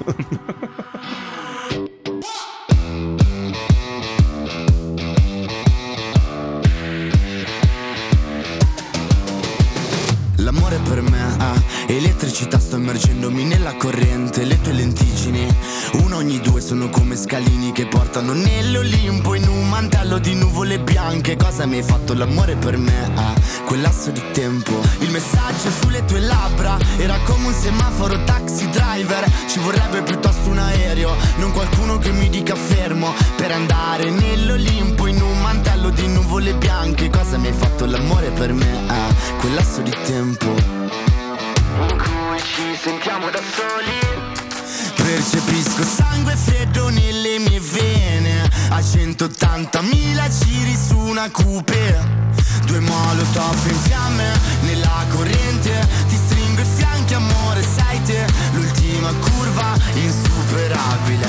[SPEAKER 6] L'amore per me ha elettricità, sto immergendomi nella corrente. Le tue lentiggini, uno ogni due, sono come scalini che portano nell'Olimpo in un mantello di nuvole bianche. Cosa mi hai fatto? L'amore per me ha quel lasso di tempo. Il messaggio sulle tue labbra era come un semaforo taxi driver. Ci vorrebbe piuttosto un aereo, non qualcuno che mi dica fermo, per andare nell'Olimpo in un mantello di nuvole bianche. Cosa mi hai fatto? L'amore per me ha quel lasso di tempo in cui ci sentiamo da soli. Percepisco sangue freddo nelle mie vene, a centottantamila giri su una coupe. Due molotov in fiamme nella corrente, ti stringo i fianchi amore, sei te l'ultima curva insuperabile.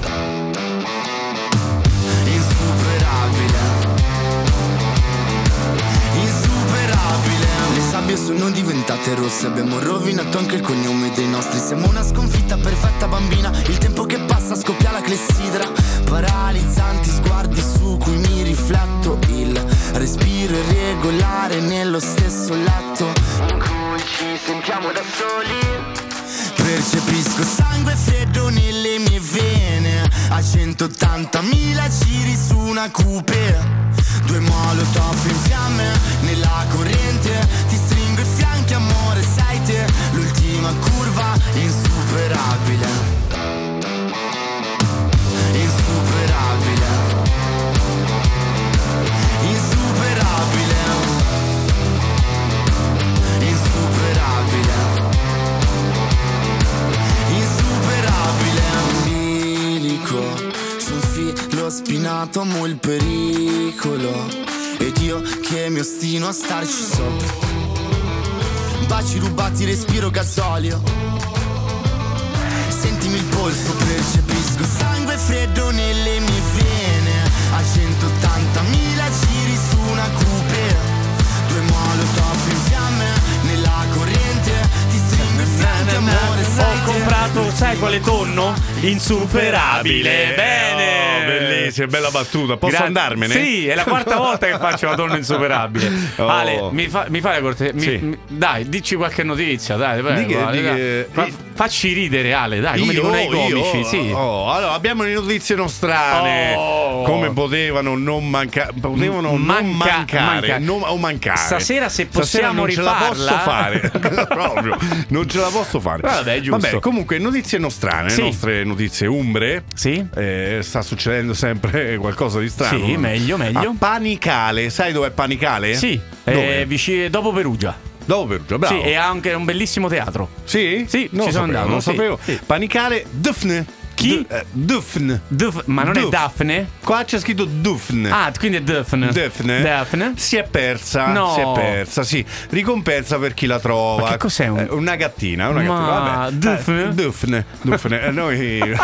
[SPEAKER 6] Insuperabile. Insuperabile. Le sabbie sono diventate rosse, abbiamo rovinato anche il cognome dei nostri. Siamo una sconfitta perfetta bambina, il tempo che passa scoppia la clessidra. Paralizzanti sguardi su cui mi rifletto, il respiro irregolare nello stesso letto in cui ci sentiamo da soli. Percepisco sangue freddo nelle mie vene, a centottantamila giri su una coupe. Due molotov in fiamme nella corrente, ti stringo i fianchi amore, sei te l'ultima curva insuperabile. Insuperabile. Insuperabile. Insuperabile. Insuperabile. Bilico su un filo spinato, amo il pericolo ed io che mi ostino a starci sopra. Baci rubati, respiro gasolio. Sentimi il polso, percepisco sangue freddo nelle mie vene, a centottantamila giri su una coupe. Due molotov in fiamme nella corrente, ti stringo i fianchi amore, sei
[SPEAKER 4] Ho comprato, sai quale tonno? Insuperabile. Bene.
[SPEAKER 1] Oh, bellissima, bella battuta. Posso
[SPEAKER 4] Gra-
[SPEAKER 1] andarmene?
[SPEAKER 4] Sì, è la quarta volta che faccio la donna insuperabile.
[SPEAKER 1] Oh.
[SPEAKER 4] Ale, mi, fa, mi fai la corte? Mi,
[SPEAKER 1] Sì.
[SPEAKER 4] mi- dai, dici qualche notizia, dai, prego,
[SPEAKER 1] Di che-
[SPEAKER 4] Ale,
[SPEAKER 1] di
[SPEAKER 4] dai.
[SPEAKER 1] che-
[SPEAKER 4] Fa-
[SPEAKER 1] di-
[SPEAKER 4] facci ridere, Ale, dai, come
[SPEAKER 1] Io,
[SPEAKER 4] dicono i comici,
[SPEAKER 1] io?
[SPEAKER 4] sì.
[SPEAKER 1] Oh, allora abbiamo le notizie nostrane.
[SPEAKER 4] Oh. Oh.
[SPEAKER 1] come potevano non mancare, potevano
[SPEAKER 4] Manca-
[SPEAKER 1] non mancare,
[SPEAKER 4] manca-
[SPEAKER 1] non- o mancare.
[SPEAKER 4] Stasera, se
[SPEAKER 1] Stasera
[SPEAKER 4] possiamo
[SPEAKER 1] non ce la posso
[SPEAKER 4] rifarla.
[SPEAKER 1] fare, proprio, non ce la posso fare.
[SPEAKER 4] Vabbè, giusto.
[SPEAKER 1] Vabbè, comunque notizie nostrane,
[SPEAKER 4] Sì.
[SPEAKER 1] nostre notizie umbre.
[SPEAKER 4] Sì?
[SPEAKER 1] Eh, sta succedendo sempre qualcosa di strano.
[SPEAKER 4] Sì, meglio, meglio.
[SPEAKER 1] A Panicale, sai dov'è Panicale?
[SPEAKER 4] Sì,
[SPEAKER 1] Dove?
[SPEAKER 4] eh, vicino, dopo Perugia.
[SPEAKER 1] Dopo Perugia, bravo.
[SPEAKER 4] Sì, e ha anche un bellissimo teatro.
[SPEAKER 1] Sì?
[SPEAKER 4] Sì,
[SPEAKER 1] non
[SPEAKER 4] ci
[SPEAKER 1] lo
[SPEAKER 4] sono
[SPEAKER 1] sapevo,
[SPEAKER 4] andato,
[SPEAKER 1] non lo
[SPEAKER 4] sì,
[SPEAKER 1] sapevo.
[SPEAKER 4] sì.
[SPEAKER 1] Panicale, Dufne.
[SPEAKER 4] Chi?
[SPEAKER 1] D- eh, Dufne.
[SPEAKER 4] Duf- ma non
[SPEAKER 1] Duf.
[SPEAKER 4] è Daphne?
[SPEAKER 1] Qua c'è scritto Dufne.
[SPEAKER 4] Ah, quindi è Daphne.
[SPEAKER 1] Daphne.
[SPEAKER 4] Daphne.
[SPEAKER 1] Si è persa,
[SPEAKER 4] No.
[SPEAKER 1] si è persa, sì. Ricompensa per chi la trova.
[SPEAKER 4] Ma che cos'è un-
[SPEAKER 1] Eh, una gattina, una
[SPEAKER 4] Ma
[SPEAKER 1] gattina. Vabbè.
[SPEAKER 4] Daphne?
[SPEAKER 1] Eh, Daphne. Daphne. Eh, noi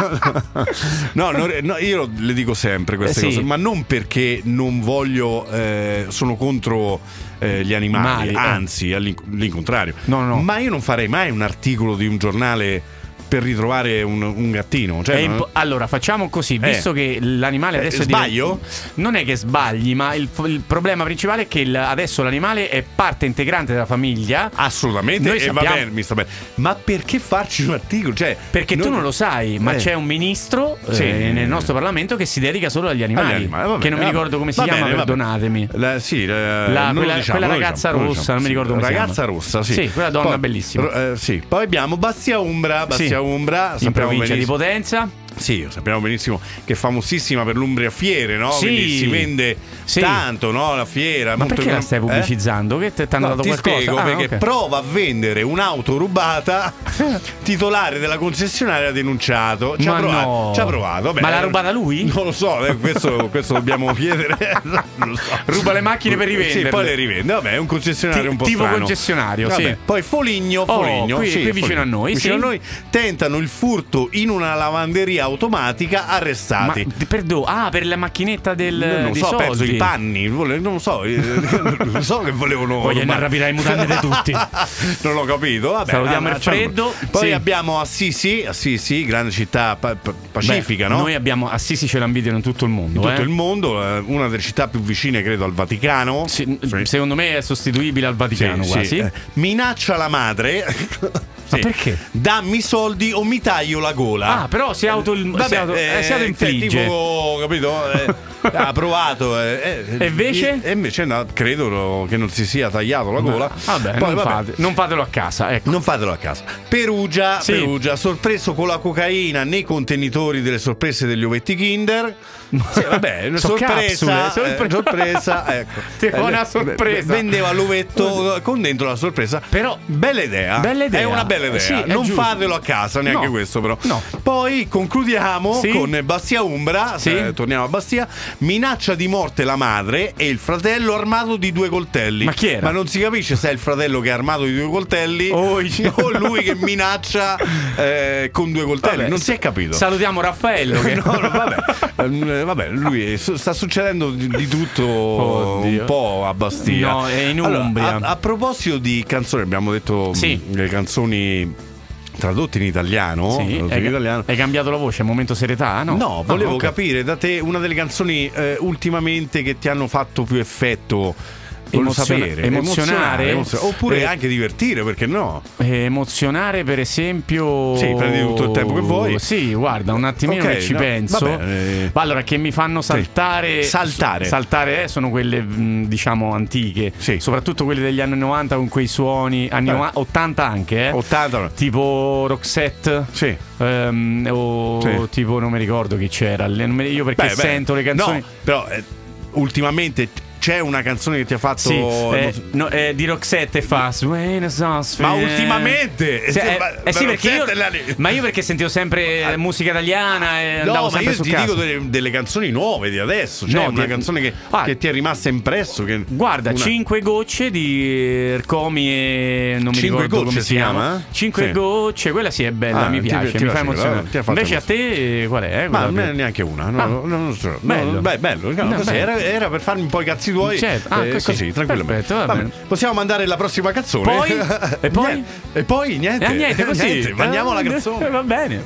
[SPEAKER 1] no, non- no, io le dico sempre queste
[SPEAKER 4] Eh, sì.
[SPEAKER 1] cose, ma non perché non voglio eh, sono contro eh, gli animali,
[SPEAKER 4] Mali, eh.
[SPEAKER 1] anzi, all'incontrario.
[SPEAKER 4] No, no.
[SPEAKER 1] Ma io non farei mai un articolo di un giornale per ritrovare un, un gattino. Cioè,
[SPEAKER 4] È
[SPEAKER 1] non-
[SPEAKER 4] impo- allora facciamo così, visto che l'animale
[SPEAKER 1] Eh,
[SPEAKER 4] adesso è
[SPEAKER 1] sbaglio?
[SPEAKER 4] divent- non è che sbagli, ma il, il problema principale è che il- adesso l'animale è parte integrante della famiglia.
[SPEAKER 1] Assolutamente,
[SPEAKER 4] Noi
[SPEAKER 1] e va
[SPEAKER 4] sappiamo-
[SPEAKER 1] bene, mi sta bene. Ma perché farci un articolo? Cioè,
[SPEAKER 4] Perché tu non lo sai, ma
[SPEAKER 1] Eh.
[SPEAKER 4] c'è un ministro
[SPEAKER 1] Sì.
[SPEAKER 4] eh, nel nostro Parlamento che si dedica solo agli animali.
[SPEAKER 1] Agli animali, va bene,
[SPEAKER 4] che non mi
[SPEAKER 1] va
[SPEAKER 4] ricordo
[SPEAKER 1] bene.
[SPEAKER 4] come si
[SPEAKER 1] Va
[SPEAKER 4] chiama,
[SPEAKER 1] bene, va bene.
[SPEAKER 4] perdonatemi.
[SPEAKER 1] La, sì, la,
[SPEAKER 4] La-
[SPEAKER 1] non lo
[SPEAKER 4] quella-
[SPEAKER 1] diciamo,
[SPEAKER 4] quella
[SPEAKER 1] non lo
[SPEAKER 4] ragazza
[SPEAKER 1] diciamo, non lo
[SPEAKER 4] rossa,
[SPEAKER 1] diciamo.
[SPEAKER 4] non mi ricordo come si
[SPEAKER 1] Ragazza
[SPEAKER 4] chiama.
[SPEAKER 1] rossa, sì.
[SPEAKER 4] Sì, quella donna
[SPEAKER 1] Poi-
[SPEAKER 4] bellissima.
[SPEAKER 1] eh, sì. Poi abbiamo Bastia Umbra, Bastia
[SPEAKER 4] Sì.
[SPEAKER 1] Umbra,
[SPEAKER 4] In
[SPEAKER 1] sappiamo
[SPEAKER 4] provincia di
[SPEAKER 1] benissimo-
[SPEAKER 4] Potenza.
[SPEAKER 1] Sì, sappiamo benissimo che è famosissima per l'Umbria Fiere, no?
[SPEAKER 4] Sì.
[SPEAKER 1] Quindi si vende
[SPEAKER 4] Sì.
[SPEAKER 1] tanto, no? La fiera.
[SPEAKER 4] Ma
[SPEAKER 1] molto
[SPEAKER 4] perché la
[SPEAKER 1] econom-
[SPEAKER 4] stai
[SPEAKER 1] eh?
[SPEAKER 4] pubblicizzando? Che ti hanno
[SPEAKER 1] No,
[SPEAKER 4] dato
[SPEAKER 1] ti
[SPEAKER 4] qualcosa?
[SPEAKER 1] spiego
[SPEAKER 4] Ah,
[SPEAKER 1] perché
[SPEAKER 4] ok.
[SPEAKER 1] prova a vendere un'auto rubata. Titolare della concessionaria ha denunciato. Ci ha
[SPEAKER 4] Ma
[SPEAKER 1] provato.
[SPEAKER 4] no.
[SPEAKER 1] Ci ha provato. Vabbè,
[SPEAKER 4] Ma l'ha rubata lui?
[SPEAKER 1] Non lo so, eh, questo, questo dobbiamo chiedere. Non lo so.
[SPEAKER 4] Ruba le macchine per rivenderle.
[SPEAKER 1] Sì, poi le rivende. Vabbè, è un concessionario
[SPEAKER 4] Ti-
[SPEAKER 1] un po'
[SPEAKER 4] tipo
[SPEAKER 1] strano.
[SPEAKER 4] concessionario,
[SPEAKER 1] Vabbè,
[SPEAKER 4] sì.
[SPEAKER 1] Poi Foligno,
[SPEAKER 4] Oh,
[SPEAKER 1] Foligno,
[SPEAKER 4] qui-
[SPEAKER 1] sì,
[SPEAKER 4] qui vicino
[SPEAKER 1] Foligno.
[SPEAKER 4] a noi,
[SPEAKER 1] Vicino
[SPEAKER 4] sì.
[SPEAKER 1] a noi tentano il furto in una lavanderia automatica,
[SPEAKER 4] Ma
[SPEAKER 1] arrestati.
[SPEAKER 4] perdo- ah, per la macchinetta del
[SPEAKER 1] non
[SPEAKER 4] dei
[SPEAKER 1] so,
[SPEAKER 4] soldi.
[SPEAKER 1] penso i panni, vole- non lo so, eh, non so che volevano.
[SPEAKER 4] Poi gliene
[SPEAKER 1] rubare.
[SPEAKER 4] rapirai i mutande di tutti.
[SPEAKER 1] Non l'ho capito. Vabbè,
[SPEAKER 4] Salutiamo
[SPEAKER 1] ah,
[SPEAKER 4] il freddo.
[SPEAKER 1] Poi
[SPEAKER 4] Sì.
[SPEAKER 1] abbiamo Assisi, Assisi, grande città pa- pa- pacifica,
[SPEAKER 4] Beh,
[SPEAKER 1] no?
[SPEAKER 4] Noi abbiamo Assisi, ce la invidiano in tutto il mondo.
[SPEAKER 1] In tutto
[SPEAKER 4] eh.
[SPEAKER 1] il mondo, eh, una delle città più vicine, credo, al Vaticano.
[SPEAKER 4] Sì,
[SPEAKER 1] Sì.
[SPEAKER 4] Secondo me è sostituibile al Vaticano
[SPEAKER 1] Sì,
[SPEAKER 4] quasi.
[SPEAKER 1] sì. Eh, minaccia la madre.
[SPEAKER 4] Ma
[SPEAKER 1] Sì.
[SPEAKER 4] perché?
[SPEAKER 1] Dammi i soldi o mi taglio la gola.
[SPEAKER 4] Ah, però si auto si
[SPEAKER 1] Vabbè,
[SPEAKER 4] auto, eh, si
[SPEAKER 1] eh,
[SPEAKER 4] autoinfligge.
[SPEAKER 1] tipo, capito? Eh, ha provato. eh, eh,
[SPEAKER 4] E invece?
[SPEAKER 1] E invece no, credo che non si sia tagliato la gola.
[SPEAKER 4] Vabbè,
[SPEAKER 1] Poi,
[SPEAKER 4] non,
[SPEAKER 1] vabbè,
[SPEAKER 4] Fate, non fatelo a casa, ecco.
[SPEAKER 1] non fatelo a casa. Perugia,
[SPEAKER 4] Sì.
[SPEAKER 1] Perugia, sorpreso con la cocaina nei contenitori delle sorprese degli ovetti Kinder. Sì, vabbè, una
[SPEAKER 4] So
[SPEAKER 1] sorpresa,
[SPEAKER 4] capsule,
[SPEAKER 1] eh,
[SPEAKER 4] sorpre-
[SPEAKER 1] sorpresa, ecco.
[SPEAKER 4] Ti fa una
[SPEAKER 1] Eh,
[SPEAKER 4] sorpresa.
[SPEAKER 1] Vendeva l'ovetto con dentro la sorpresa.
[SPEAKER 4] Però-
[SPEAKER 1] bella idea.
[SPEAKER 4] Bella idea.
[SPEAKER 1] È una bella idea.
[SPEAKER 4] Sì, è
[SPEAKER 1] non
[SPEAKER 4] giusto.
[SPEAKER 1] fatelo a casa, neanche
[SPEAKER 4] No.
[SPEAKER 1] questo però.
[SPEAKER 4] No.
[SPEAKER 1] Poi concludiamo
[SPEAKER 4] Sì.
[SPEAKER 1] con Bastia Umbra,
[SPEAKER 4] Sì.
[SPEAKER 1] eh, torniamo a Bastia, minaccia di morte la madre e il fratello armato di due coltelli.
[SPEAKER 4] Ma chi era?
[SPEAKER 1] Ma non si capisce se è il fratello che è armato di due coltelli
[SPEAKER 4] O i-
[SPEAKER 1] o lui che minaccia eh, con due coltelli.
[SPEAKER 4] Vabbè,
[SPEAKER 1] non si è capito.
[SPEAKER 4] Salutiamo Raffaello che
[SPEAKER 1] No, no, vabbè. Eh, vabbè, lui è- sta succedendo di, di tutto
[SPEAKER 4] Oddio.
[SPEAKER 1] un po' a Bastia.
[SPEAKER 4] No, è in
[SPEAKER 1] Allora,
[SPEAKER 4] Umbria.
[SPEAKER 1] a, a proposito di canzoni, abbiamo detto
[SPEAKER 4] Sì.
[SPEAKER 1] mh, le canzoni tradotte in italiano.
[SPEAKER 4] Sì,
[SPEAKER 1] tradotte
[SPEAKER 4] hai,
[SPEAKER 1] in italiano.
[SPEAKER 4] hai cambiato la voce, è un momento serietà? No,
[SPEAKER 1] No, volevo
[SPEAKER 4] ok.
[SPEAKER 1] capire da te una delle canzoni eh, ultimamente che ti hanno fatto più effetto. Volevo
[SPEAKER 4] Emoziona-
[SPEAKER 1] sapere.
[SPEAKER 4] emozionare?
[SPEAKER 1] emozionare. Oppure
[SPEAKER 4] Eh,
[SPEAKER 1] anche divertire, perché no?
[SPEAKER 4] Eh, emozionare, per esempio.
[SPEAKER 1] Sì, prendi tutto il tempo che vuoi.
[SPEAKER 4] Sì, guarda, un attimino
[SPEAKER 1] Ok,
[SPEAKER 4] che ci
[SPEAKER 1] no,
[SPEAKER 4] penso.
[SPEAKER 1] va bene.
[SPEAKER 4] Ma allora, che mi fanno saltare.
[SPEAKER 1] Saltare.
[SPEAKER 4] Saltare eh, sono quelle, mh, diciamo, antiche.
[SPEAKER 1] Sì.
[SPEAKER 4] Soprattutto quelle degli anni novanta con quei suoni. Anni
[SPEAKER 1] Eh.
[SPEAKER 4] novanta, ottanta anche, eh.
[SPEAKER 1] ottanta.
[SPEAKER 4] Tipo Roxette.
[SPEAKER 1] Sì.
[SPEAKER 4] ehm, o
[SPEAKER 1] Sì.
[SPEAKER 4] tipo, non mi ricordo chi c'era. Le- non mi- Io perché
[SPEAKER 1] Beh, beh,
[SPEAKER 4] sento le canzoni.
[SPEAKER 1] No, però eh, ultimamente c'è una canzone che ti ha fatto.
[SPEAKER 4] Sì, eh, no, eh, di Roxette fa Sway Sauce.
[SPEAKER 1] Ma ultimamente?
[SPEAKER 4] Sì, eh,
[SPEAKER 1] Ma-
[SPEAKER 4] eh sì,
[SPEAKER 1] ma
[SPEAKER 4] perché io,
[SPEAKER 1] Roxette è là lì.
[SPEAKER 4] ma io perché sentivo sempre musica italiana e andavo
[SPEAKER 1] No, ma
[SPEAKER 4] sempre
[SPEAKER 1] io
[SPEAKER 4] su
[SPEAKER 1] ti
[SPEAKER 4] casa.
[SPEAKER 1] dico delle, delle canzoni nuove di adesso. Cioè,
[SPEAKER 4] No,
[SPEAKER 1] una
[SPEAKER 4] di-
[SPEAKER 1] canzone che,
[SPEAKER 4] Ah.
[SPEAKER 1] che ti è rimasta impresso. Che
[SPEAKER 4] Guarda,
[SPEAKER 1] una-
[SPEAKER 4] cinque gocce di Ercomi e non mi
[SPEAKER 1] Cinque
[SPEAKER 4] ricordo
[SPEAKER 1] gocce
[SPEAKER 4] come
[SPEAKER 1] si
[SPEAKER 4] si chiama.
[SPEAKER 1] chiama?
[SPEAKER 4] Cinque
[SPEAKER 1] Sì.
[SPEAKER 4] gocce, quella sì è bella,
[SPEAKER 1] Ah,
[SPEAKER 4] mi
[SPEAKER 1] ti-
[SPEAKER 4] piace,
[SPEAKER 1] ti
[SPEAKER 4] mi fa
[SPEAKER 1] piace quella,
[SPEAKER 4] emozionare.
[SPEAKER 1] ti ha fatto
[SPEAKER 4] Invece a te qual è?
[SPEAKER 1] Ma a
[SPEAKER 4] Quella
[SPEAKER 1] me
[SPEAKER 4] più-
[SPEAKER 1] neanche una. No,
[SPEAKER 4] Ah.
[SPEAKER 1] no, non so. No,
[SPEAKER 4] Bello.
[SPEAKER 1] beh, bello. no,
[SPEAKER 4] No,
[SPEAKER 1] così,
[SPEAKER 4] bello.
[SPEAKER 1] Era, era per farmi un po' i cazzi tuoi.
[SPEAKER 4] Certo. Ah,
[SPEAKER 1] eh,
[SPEAKER 4] così.
[SPEAKER 1] tranquillamente.
[SPEAKER 4] Perfetto, va
[SPEAKER 1] Vabbè,
[SPEAKER 4] bene.
[SPEAKER 1] possiamo mandare la prossima canzone.
[SPEAKER 4] Poi? E poi?
[SPEAKER 1] Niente. E poi niente.
[SPEAKER 4] Eh, niente, così.
[SPEAKER 1] Niente, mandiamo la
[SPEAKER 4] Eh,
[SPEAKER 1] canzone.
[SPEAKER 4] Va bene.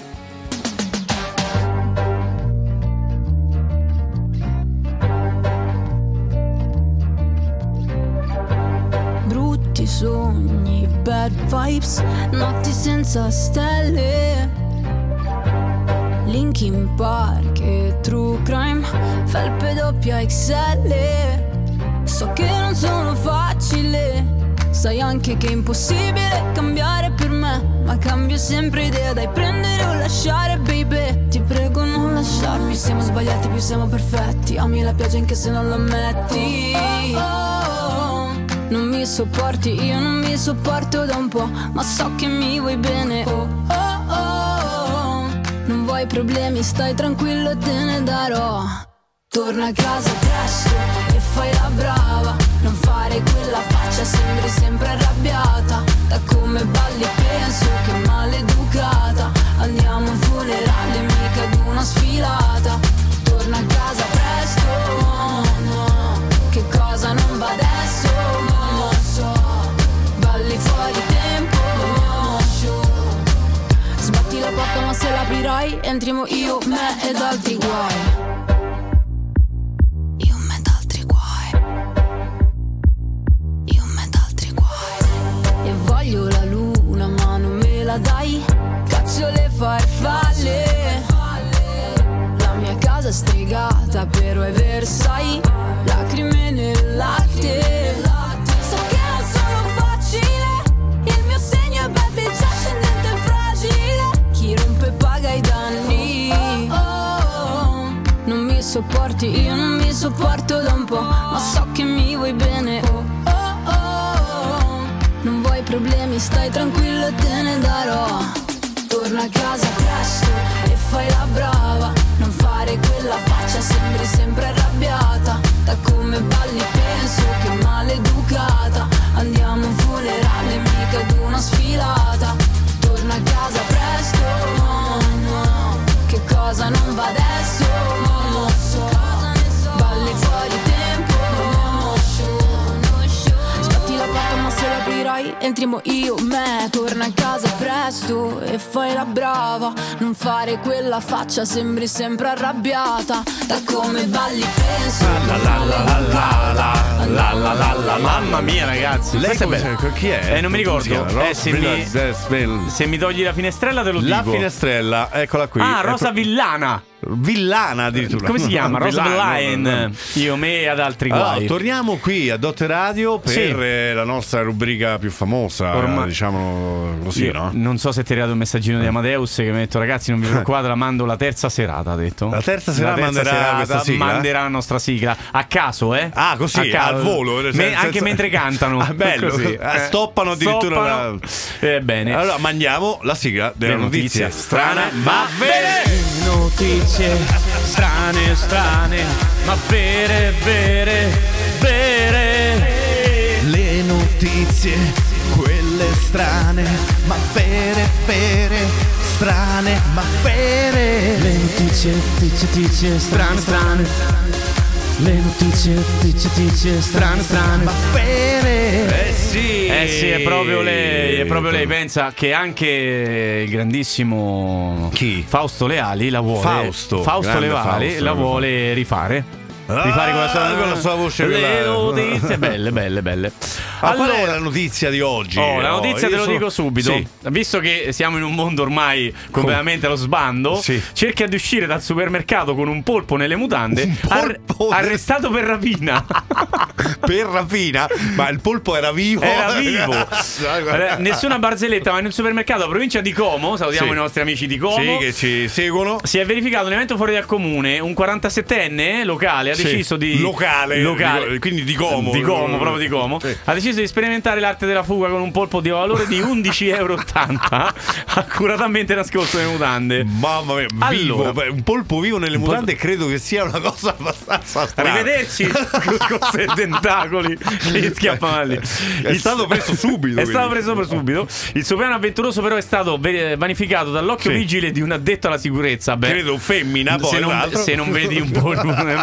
[SPEAKER 7] Brutti sogni, bad vibes, notti senza stelle, Linkin Park e true crime, felpe doppia X L. So che non sono facile, sai anche che è impossibile cambiare per me, ma cambio sempre idea, dai prendere o lasciare baby. Ti prego non lasciarmi, siamo sbagliati più siamo perfetti, ami la pioggia anche se non lo ammetti. Oh, oh, oh. Non mi sopporti, io non mi sopporto da un po', ma so che mi vuoi bene. Oh, oh, oh. Non vuoi problemi, stai tranquillo, te ne darò. Torna a casa presto e fai la brava, non fare quella faccia, sembri sempre arrabbiata. Da come balli penso che maleducata. Andiamo a un funerale, mica ad una sfilata. Torna a casa presto, no, no. Che cosa non va adesso, non lo so. Balli fuori tempo, no, show. Sbatti la porta ma se l'aprirai, entriamo io, me ed altri guai. Voglio la luna ma non me la dai, caccio le farfalle. La mia casa è stregata però è Versailles, lacrime nel latte. So che non sono facile, il mio segno è baby già scendente e fragile. Chi rompe paga i danni. Oh, oh, oh. Non mi sopporti, io non mi sopporto da un po', ma so che mi vuoi bene. Oh, oh, oh. Non vuoi problemi, stai tranquillo, te ne darò. Torna a casa presto e fai la brava, non fare quella faccia, sembri sempre arrabbiata. Da come balli penso che maleducata. Andiamo a un funerale, mica ad una sfilata. Torna a casa presto, no, no. Che cosa non va adesso, non lo so. Balli fuori tempo, no, show. Sbatti la porta ma se l'aprirai, entriamo io, me. Torna a casa presto e fai la brava, non fare quella faccia, sembri sempre arrabbiata. Da come balli penso
[SPEAKER 4] la la la la la la la la la la. Mamma mia ragazzi,
[SPEAKER 1] lei
[SPEAKER 4] questa è
[SPEAKER 1] come-
[SPEAKER 4] bella.
[SPEAKER 1] chi è?
[SPEAKER 4] Eh non mi ricordo. Eh, se, mi,
[SPEAKER 1] Villa-
[SPEAKER 4] se mi togli la finestrella te lo
[SPEAKER 1] La
[SPEAKER 4] dico.
[SPEAKER 1] finestrella, eccola qui.
[SPEAKER 4] Ah,
[SPEAKER 1] È
[SPEAKER 4] Rosa
[SPEAKER 1] pro-
[SPEAKER 4] Villana.
[SPEAKER 1] Villana addirittura.
[SPEAKER 4] Come si chiama? Rosa
[SPEAKER 1] Villana,
[SPEAKER 4] Villain. Io, me ad altri
[SPEAKER 1] Allora,
[SPEAKER 4] guai.
[SPEAKER 1] torniamo qui a Dotte Radio per
[SPEAKER 4] Sì.
[SPEAKER 1] eh, la nostra rubrica più famosa,
[SPEAKER 4] Ormai-
[SPEAKER 1] diciamo così,
[SPEAKER 4] Io
[SPEAKER 1] no?
[SPEAKER 4] non so se ti è arrivato un messaggino di Amadeus che mi ha detto ragazzi non vi preoccupate, la mando la terza serata, ha detto.
[SPEAKER 1] La terza serata manderà questa sigla?
[SPEAKER 4] manderà la nostra sigla a caso, eh?
[SPEAKER 1] Ah, così,
[SPEAKER 4] A caso.
[SPEAKER 1] al volo, nel
[SPEAKER 4] Me-
[SPEAKER 1] senso-
[SPEAKER 4] anche mentre cantano.
[SPEAKER 1] Ah, bello.
[SPEAKER 4] Così.
[SPEAKER 1] Eh, stoppano addirittura
[SPEAKER 4] Stoppano. Eh, bene.
[SPEAKER 1] Allora mandiamo la sigla della
[SPEAKER 4] Le
[SPEAKER 1] notizia
[SPEAKER 4] notizie
[SPEAKER 1] strana
[SPEAKER 4] strane,
[SPEAKER 1] ma
[SPEAKER 4] ma
[SPEAKER 1] vere.
[SPEAKER 4] Notizie strane, strane, ma vere, vere, vere.
[SPEAKER 8] Le notizie, quelle strane, ma vere, vere, strane, ma vere.
[SPEAKER 9] Le notizie, tizie, tizie, strane, strane. Le notizie, tizie, tizie, strane, strane.
[SPEAKER 8] Ma vere.
[SPEAKER 1] Eh sì.
[SPEAKER 4] Eh sì, è proprio lei, è proprio lei. Pensa che anche il grandissimo
[SPEAKER 1] Chi?
[SPEAKER 4] Fausto Leali la vuole.
[SPEAKER 1] Fausto,
[SPEAKER 4] Fausto
[SPEAKER 1] grande
[SPEAKER 4] Leali
[SPEAKER 1] Fausto,
[SPEAKER 4] la
[SPEAKER 1] lo
[SPEAKER 4] vuole rifare.
[SPEAKER 1] Ah,
[SPEAKER 4] Rifare con la sua,
[SPEAKER 1] con la sua voce
[SPEAKER 4] Le
[SPEAKER 1] quella-
[SPEAKER 4] notizie belle, belle, belle.
[SPEAKER 1] Ma qual è la notizia di oggi?
[SPEAKER 4] Oh, la notizia
[SPEAKER 1] io
[SPEAKER 4] te lo
[SPEAKER 1] sono-
[SPEAKER 4] dico subito.
[SPEAKER 1] Sì.
[SPEAKER 4] Visto che siamo in un mondo ormai completamente allo sbando,
[SPEAKER 1] Sì.
[SPEAKER 4] cerca di uscire dal supermercato con un polpo nelle mutande,
[SPEAKER 1] Un polpo?
[SPEAKER 4] arrestato per rapina.
[SPEAKER 1] Per rapina? Ma il polpo era vivo?
[SPEAKER 4] Era vivo. Allora, nessuna barzelletta, ma in un supermercato a provincia di Como, salutiamo
[SPEAKER 1] Sì.
[SPEAKER 4] i nostri amici di Como.
[SPEAKER 1] Sì, che ci seguono.
[SPEAKER 4] Si è verificato un evento fuori dal comune. Un quarantasettenne locale ha
[SPEAKER 1] Sì.
[SPEAKER 4] deciso di.
[SPEAKER 1] Locale,
[SPEAKER 4] locale.
[SPEAKER 1] di- quindi di Como.
[SPEAKER 4] Di Como, proprio di Como.
[SPEAKER 1] Sì.
[SPEAKER 4] Ha deciso di sperimentare l'arte della fuga con un polpo di valore di undici euro e ottanta, accuratamente nascosto nelle mutande.
[SPEAKER 1] Mamma mia, vivo.
[SPEAKER 4] Allora.
[SPEAKER 1] Beh, un polpo vivo nelle mutande credo che sia una cosa abbastanza strana.
[SPEAKER 4] Arrivederci con questi tentacoli che gli schiappano lì.
[SPEAKER 1] È stato preso subito,
[SPEAKER 4] È
[SPEAKER 1] quindi.
[SPEAKER 4] stato preso per subito. Il suo piano avventuroso, però, è stato ve- vanificato dall'occhio
[SPEAKER 1] Sì.
[SPEAKER 4] vigile di un addetto alla sicurezza. Beh,
[SPEAKER 1] Credo femmina, poi
[SPEAKER 4] se,
[SPEAKER 1] tra
[SPEAKER 4] non,
[SPEAKER 1] l'altro.
[SPEAKER 4] se non vedi un polpo, un polpo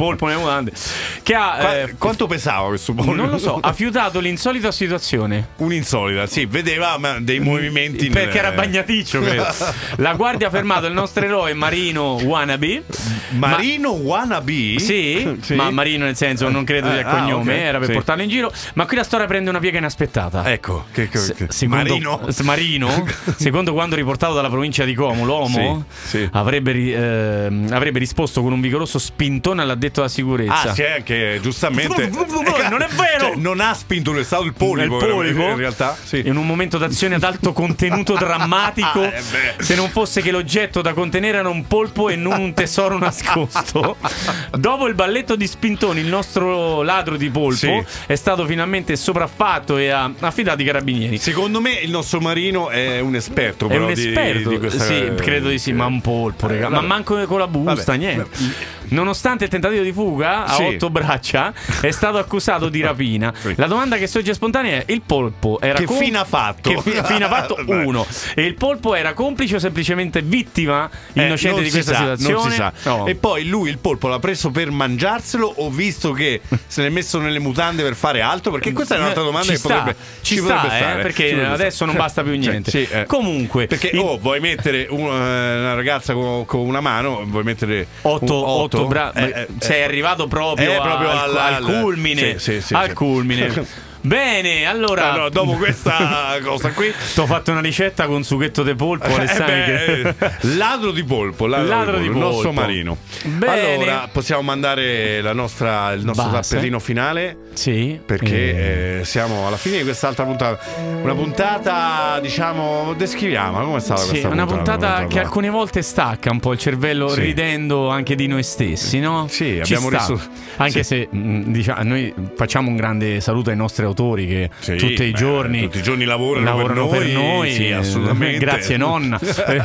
[SPEAKER 4] polpo nelle mutande. Che ha
[SPEAKER 1] Qua-
[SPEAKER 4] eh,
[SPEAKER 1] quanto pesava questo polpo?
[SPEAKER 4] non lo so, ha fiutato l'insolita situazione.
[SPEAKER 1] Un'insolita, sì, vedeva ma, dei movimenti
[SPEAKER 4] Perché
[SPEAKER 1] nel-
[SPEAKER 4] era bagnaticcio, credo. La guardia ha fermato il nostro eroe Marino Wannabe.
[SPEAKER 1] Marino Wannabe?
[SPEAKER 4] Sì, ma Marino nel senso non credo sia il
[SPEAKER 1] Eh, ah,
[SPEAKER 4] cognome,
[SPEAKER 1] ok,
[SPEAKER 4] era per
[SPEAKER 1] sì.
[SPEAKER 4] portarlo in giro. Ma qui la storia prende una piega inaspettata.
[SPEAKER 1] Ecco, che, che,
[SPEAKER 4] Se-
[SPEAKER 1] che-
[SPEAKER 4] secondo,
[SPEAKER 1] Marino.
[SPEAKER 4] s- Marino, secondo quanto riportato dalla provincia di Como, l'uomo
[SPEAKER 1] Sì, sì.
[SPEAKER 4] Avrebbe, ri- ehm, avrebbe risposto con un vigoroso spintone all'addetto alla sicurezza.
[SPEAKER 1] Ah, sì, anche giustamente.
[SPEAKER 4] Non è vero!
[SPEAKER 1] Cioè, non ha spinto, è stato il polipo.
[SPEAKER 4] Il polipo?
[SPEAKER 1] In realtà, sì.
[SPEAKER 4] In un momento d'azione ad alto contenuto drammatico,
[SPEAKER 1] Ah, eh beh.
[SPEAKER 4] se non fosse che l'oggetto da contenere era un polpo e non un tesoro nascosto. Dopo il balletto di spintoni, il nostro ladro di polpo
[SPEAKER 1] Sì.
[SPEAKER 4] è stato finalmente sopraffatto e ha affidato i carabinieri.
[SPEAKER 1] Secondo me il nostro Marino è un esperto.
[SPEAKER 4] È
[SPEAKER 1] però,
[SPEAKER 4] un
[SPEAKER 1] di-
[SPEAKER 4] esperto,
[SPEAKER 1] di questa-
[SPEAKER 4] sì, credo di sì, ma un polpo, raga.
[SPEAKER 1] Eh,
[SPEAKER 4] Ma
[SPEAKER 1] vabbè.
[SPEAKER 4] manco con la busta,
[SPEAKER 1] Vabbè.
[SPEAKER 4] niente. Nonostante il tentativo di fuga a
[SPEAKER 1] Sì.
[SPEAKER 4] otto braccia, è stato accusato di rapina.
[SPEAKER 1] Sì.
[SPEAKER 4] La domanda che sorge spontanea è: il polpo era
[SPEAKER 1] Che
[SPEAKER 4] com-
[SPEAKER 1] fine ha fatto?
[SPEAKER 4] Che fi- fine ha fatto?
[SPEAKER 1] Beh.
[SPEAKER 4] Uno. E il polpo era complice o semplicemente vittima
[SPEAKER 1] Eh,
[SPEAKER 4] innocente
[SPEAKER 1] non
[SPEAKER 4] di
[SPEAKER 1] si
[SPEAKER 4] questa
[SPEAKER 1] sa,
[SPEAKER 4] situazione?
[SPEAKER 1] Non si sa.
[SPEAKER 4] No.
[SPEAKER 1] E poi lui il polpo l'ha preso per mangiarselo o visto che se l'è messo nelle mutande per fare altro? Perché questa è un'altra domanda
[SPEAKER 4] ci
[SPEAKER 1] che
[SPEAKER 4] sta,
[SPEAKER 1] potrebbe
[SPEAKER 4] ci
[SPEAKER 1] ci
[SPEAKER 4] sta,
[SPEAKER 1] potrebbe
[SPEAKER 4] eh,
[SPEAKER 1] stare.
[SPEAKER 4] perché
[SPEAKER 1] Ci potrebbe
[SPEAKER 4] adesso
[SPEAKER 1] stare.
[SPEAKER 4] non basta più
[SPEAKER 1] Cioè,
[SPEAKER 4] niente.
[SPEAKER 1] sì, eh.
[SPEAKER 4] Comunque,
[SPEAKER 1] Perché
[SPEAKER 4] il-
[SPEAKER 1] oh, vuoi mettere un- una ragazza con, con una mano, vuoi mettere
[SPEAKER 4] Otto,
[SPEAKER 1] un
[SPEAKER 4] otto bra-
[SPEAKER 1] Eh, eh,
[SPEAKER 4] sei
[SPEAKER 1] eh.
[SPEAKER 4] arrivato proprio,
[SPEAKER 1] Eh, proprio
[SPEAKER 4] al,
[SPEAKER 1] al-
[SPEAKER 4] al culmine.
[SPEAKER 1] Sì, sì, sì,
[SPEAKER 4] al
[SPEAKER 1] sì.
[SPEAKER 4] culmine. Bene, allora.
[SPEAKER 1] Allora, dopo questa cosa qui,
[SPEAKER 4] ti ho fatto una ricetta con sughetto de polpo,
[SPEAKER 1] eh
[SPEAKER 4] Alessandro.
[SPEAKER 1] beh, ladro di polpo, ladro,
[SPEAKER 4] Ladro
[SPEAKER 1] di
[SPEAKER 4] di
[SPEAKER 1] polpo, il nostro
[SPEAKER 4] polpo.
[SPEAKER 1] Marino.
[SPEAKER 4] Bene.
[SPEAKER 1] Allora, possiamo mandare la nostra, il nostro
[SPEAKER 4] Base.
[SPEAKER 1] tappetino finale.
[SPEAKER 4] Sì,
[SPEAKER 1] Perché eh, siamo alla fine di quest'altra puntata. Una puntata, diciamo, descriviamo come è stata
[SPEAKER 4] sì,
[SPEAKER 1] questa
[SPEAKER 4] una puntata
[SPEAKER 1] puntata
[SPEAKER 4] che alcune volte stacca un po' il cervello,
[SPEAKER 1] Sì.
[SPEAKER 4] ridendo anche di noi stessi, no?
[SPEAKER 1] Sì,
[SPEAKER 4] Ci
[SPEAKER 1] abbiamo
[SPEAKER 4] sta.
[SPEAKER 1] riso-
[SPEAKER 4] Anche
[SPEAKER 1] sì.
[SPEAKER 4] se mh, diciamo, noi facciamo un grande saluto ai nostri autori che
[SPEAKER 1] Sì,
[SPEAKER 4] tutti i
[SPEAKER 1] beh,
[SPEAKER 4] giorni
[SPEAKER 1] tutti i giorni lavorano,
[SPEAKER 4] lavorano
[SPEAKER 1] per
[SPEAKER 4] per
[SPEAKER 1] noi,
[SPEAKER 4] noi,
[SPEAKER 1] sì,
[SPEAKER 4] eh,
[SPEAKER 1] assolutamente.
[SPEAKER 4] Grazie nonna.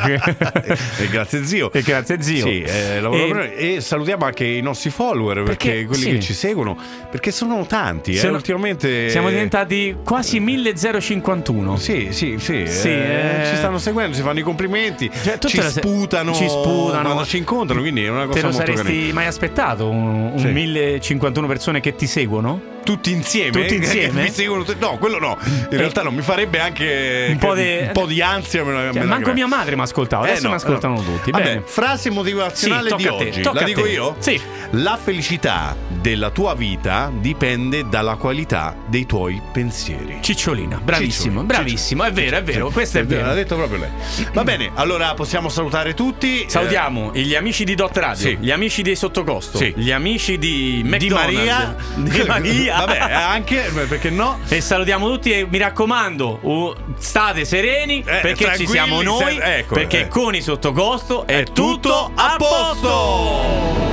[SPEAKER 1] E grazie zio.
[SPEAKER 4] E grazie zio.
[SPEAKER 1] Sì, eh, lavorano
[SPEAKER 4] E-
[SPEAKER 1] per noi. E salutiamo anche i nostri follower, perché,
[SPEAKER 4] Perché,
[SPEAKER 1] quelli
[SPEAKER 4] sì.
[SPEAKER 1] che ci seguono, perché sono tanti, eh,
[SPEAKER 4] Sono-
[SPEAKER 1] ultimamente
[SPEAKER 4] Siamo diventati quasi millecentocinquantuno.
[SPEAKER 1] Sì, sì, sì,
[SPEAKER 4] Sì,
[SPEAKER 1] eh,
[SPEAKER 4] eh.
[SPEAKER 1] ci stanno seguendo, si fanno i complimenti,
[SPEAKER 4] Cioè, tu
[SPEAKER 1] ci
[SPEAKER 4] te la se-
[SPEAKER 1] sputano,
[SPEAKER 4] ci sputano.
[SPEAKER 1] quando ci incontrano, quindi è una cosa
[SPEAKER 4] Te lo
[SPEAKER 1] molto
[SPEAKER 4] saresti
[SPEAKER 1] carina.
[SPEAKER 4] mai aspettato? Un, un
[SPEAKER 1] Sì.
[SPEAKER 4] millecinquantuno persone che ti seguono?
[SPEAKER 1] Tutti insieme?
[SPEAKER 4] Tutti insieme?
[SPEAKER 1] Mi seguono tutti- no, quello no. In realtà non mi farebbe anche
[SPEAKER 4] Un po'
[SPEAKER 1] che-
[SPEAKER 4] di-
[SPEAKER 1] un po' di ansia. Me la,
[SPEAKER 4] Cioè,
[SPEAKER 1] me la
[SPEAKER 4] manco
[SPEAKER 1] crea.
[SPEAKER 4] mia madre mi ascoltava, adesso
[SPEAKER 1] Eh, no,
[SPEAKER 4] mi ascoltano
[SPEAKER 1] no.
[SPEAKER 4] tutti.
[SPEAKER 1] Vabbè,
[SPEAKER 4] Bene.
[SPEAKER 1] frase motivazionale
[SPEAKER 4] Sì,
[SPEAKER 1] di
[SPEAKER 4] tocca a te,
[SPEAKER 1] oggi.
[SPEAKER 4] tocca
[SPEAKER 1] La
[SPEAKER 4] a
[SPEAKER 1] dico
[SPEAKER 4] te.
[SPEAKER 1] io?
[SPEAKER 4] Sì.
[SPEAKER 1] La felicità della tua vita dipende dalla qualità dei tuoi pensieri.
[SPEAKER 4] Cicciolina, bravissimo,
[SPEAKER 1] Cicciolina,
[SPEAKER 4] bravissimo, è vero, è vero,
[SPEAKER 1] Sì,
[SPEAKER 4] questo è
[SPEAKER 1] sì,
[SPEAKER 4] vero.
[SPEAKER 1] L'ha detto proprio lei. Va bene, allora possiamo salutare tutti.
[SPEAKER 4] Salutiamo gli amici di Dot Radio,
[SPEAKER 1] Sì.
[SPEAKER 4] gli amici di Sottocosto,
[SPEAKER 1] Sì.
[SPEAKER 4] gli amici di
[SPEAKER 1] Eh, di
[SPEAKER 4] McDonald's,
[SPEAKER 1] Maria.
[SPEAKER 4] di Maria.
[SPEAKER 1] Vabbè, anche perché no?
[SPEAKER 4] E salutiamo tutti e mi raccomando, uh, state sereni
[SPEAKER 1] Eh,
[SPEAKER 4] perché ci
[SPEAKER 1] tranquilli,
[SPEAKER 4] siamo noi,
[SPEAKER 1] se- ecco,
[SPEAKER 4] perché
[SPEAKER 1] eh.
[SPEAKER 4] con i Sottocosto è,
[SPEAKER 1] È tutto a posto.